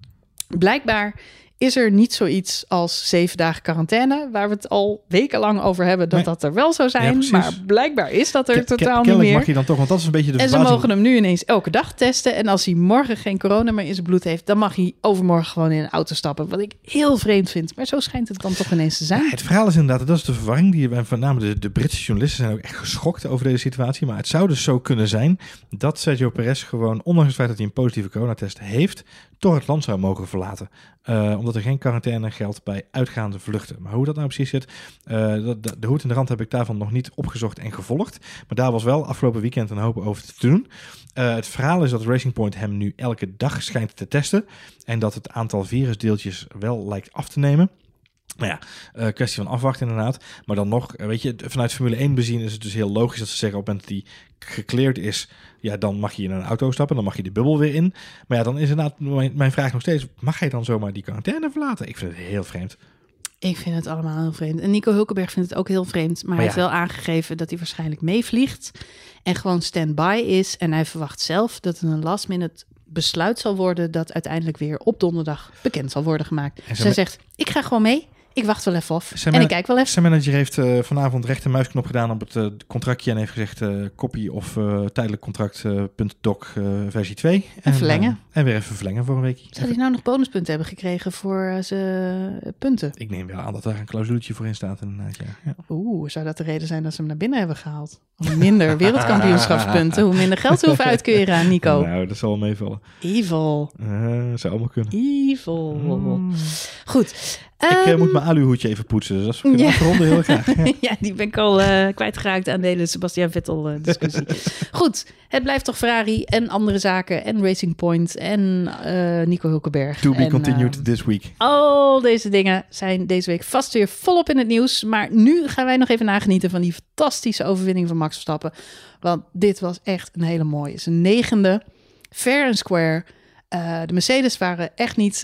blijkbaar is er niet zoiets als 7 dagen quarantaine, waar we het al wekenlang over hebben dat er wel zou zijn. Ja, maar blijkbaar is dat er totaal niet meer. Mag je dan toch, want dat is een beetje de verbazing. En ze mogen hem nu ineens elke dag testen. En als hij morgen geen corona meer in zijn bloed heeft, dan mag hij overmorgen gewoon in een auto stappen. Wat ik heel vreemd vind. Maar zo schijnt het dan toch ineens te zijn. Ja, het verhaal is inderdaad, dat is de verwarring. Van name de Britse journalisten zijn ook echt geschokt over deze situatie. Maar het zou dus zo kunnen zijn dat Sergio Perez gewoon, ondanks het feit dat hij een positieve coronatest heeft, toch het land zou mogen verlaten. Omdat er geen quarantaine geldt bij uitgaande vluchten. Maar hoe dat nou precies zit, de hoed en de rand heb ik daarvan nog niet opgezocht en gevolgd. Maar daar was wel afgelopen weekend een hoop over te doen. Het verhaal is dat Racing Point hem nu elke dag schijnt te testen. En dat het aantal virusdeeltjes wel lijkt af te nemen. Nou ja, kwestie van afwachten inderdaad. Maar dan nog, weet je, vanuit Formule 1 bezien is het dus heel logisch dat ze zeggen op het moment dat die gecleared is, ja, dan mag je in een auto stappen, dan mag je de bubbel weer in. Maar ja, dan is inderdaad mijn vraag nog steeds, mag hij dan zomaar die quarantaine verlaten? Ik vind het heel vreemd. Ik vind het allemaal heel vreemd. En Nico Hülkenberg vindt het ook heel vreemd. Maar hij heeft wel aangegeven dat hij waarschijnlijk meevliegt en gewoon stand-by is. En hij verwacht zelf dat het een last-minute besluit zal worden dat uiteindelijk weer op donderdag bekend zal worden gemaakt. Dus hij zegt, ik ga gewoon mee. Ik wacht wel even af. En ik kijk wel even. Zijn manager heeft vanavond rechtermuisknop gedaan op het contractje en heeft gezegd copy of tijdelijk contract .doc versie 2. En verlengen. En weer even verlengen voor een week. Zou hij nou nog bonuspunten hebben gekregen voor zijn punten? Ik neem wel aan dat daar een clausuletje voor in staat. Ja. Oeh, zou dat de reden zijn dat ze hem naar binnen hebben gehaald? Hoe minder wereldkampioenschapspunten, hoe minder geld ze hoeven uitkeren aan Nico. Nou, dat zal wel meevallen. Evil. Zou allemaal kunnen. Evil. Goed. Ik moet mijn aluhoedje even poetsen, dus dat is kunnen afronden heel graag. Ja. Ja, die ben ik al kwijtgeraakt aan de hele Sebastian Vettel discussie. Goed, het blijft toch Ferrari en andere zaken en Racing Point en Nico Hülkenberg. To be continued this week. Al deze dingen zijn deze week vast weer volop in het nieuws. Maar nu gaan wij nog even nagenieten van die fantastische overwinning van Max Verstappen. Want dit was echt een hele mooie. Zijn 9e, fair and square. De Mercedes waren echt niet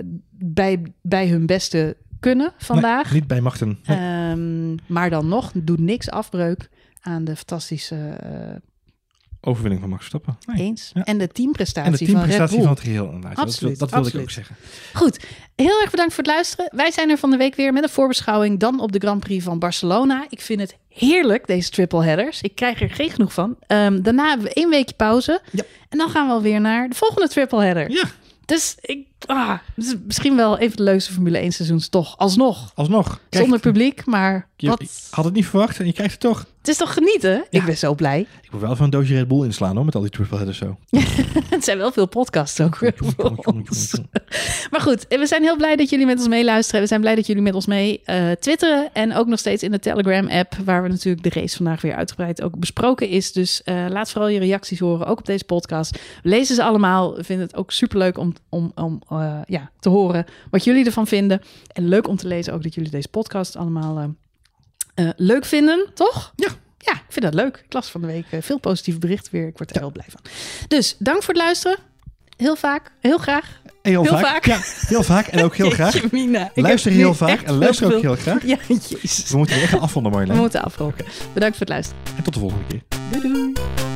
bij hun beste kunnen vandaag. Nee, niet bij machten. Nee. Maar dan nog, doet niks afbreuk aan de fantastische overwinning van Max Verstappen. Nee. Eens. Ja. En de teamprestatie van Red Bull. Van het geheel. Inderdaad. Absoluut, dat wilde ik ook zeggen. Goed, heel erg bedankt voor het luisteren. Wij zijn er van de week weer met een voorbeschouwing. Dan op de Grand Prix van Barcelona. Ik vind het heerlijk, deze triple headers. Ik krijg er geen genoeg van. Daarna hebben we 1 weekje pauze. Ja. En dan gaan we alweer naar de volgende triple header. Ja. Dus het is misschien wel even de leukste Formule 1 seizoens toch. Alsnog. Kijk, zonder publiek, maar je had het niet verwacht en je krijgt het toch. Het is toch genieten? Ja. Ik ben zo blij. Ik moet wel even een doosje Red Bull inslaan hoor, met al die triple headers zo. Het zijn wel veel podcasts ook. Maar goed, we zijn heel blij dat jullie met ons meeluisteren. We zijn blij dat jullie met ons mee twitteren. En ook nog steeds in de Telegram-app, waar we natuurlijk de race vandaag weer uitgebreid ook besproken is. Dus laat vooral je reacties horen, ook op deze podcast. We lezen ze allemaal. We vinden het ook superleuk om te horen wat jullie ervan vinden. En leuk om te lezen ook dat jullie deze podcast allemaal leuk vinden, toch? Ja. Ja, ik vind dat leuk. Ik las van de week veel positieve berichten weer. Ik word er heel blij van. Dus dank voor het luisteren. Heel vaak, heel graag. Heel vaak. Ja, heel vaak en ook heel graag. Mina, luister heel vaak en luister ook heel graag. Ja, jezus. We moeten weer echt afronden, Marjolein. We moeten afronden. Bedankt voor het luisteren. En tot de volgende keer. Doei doei.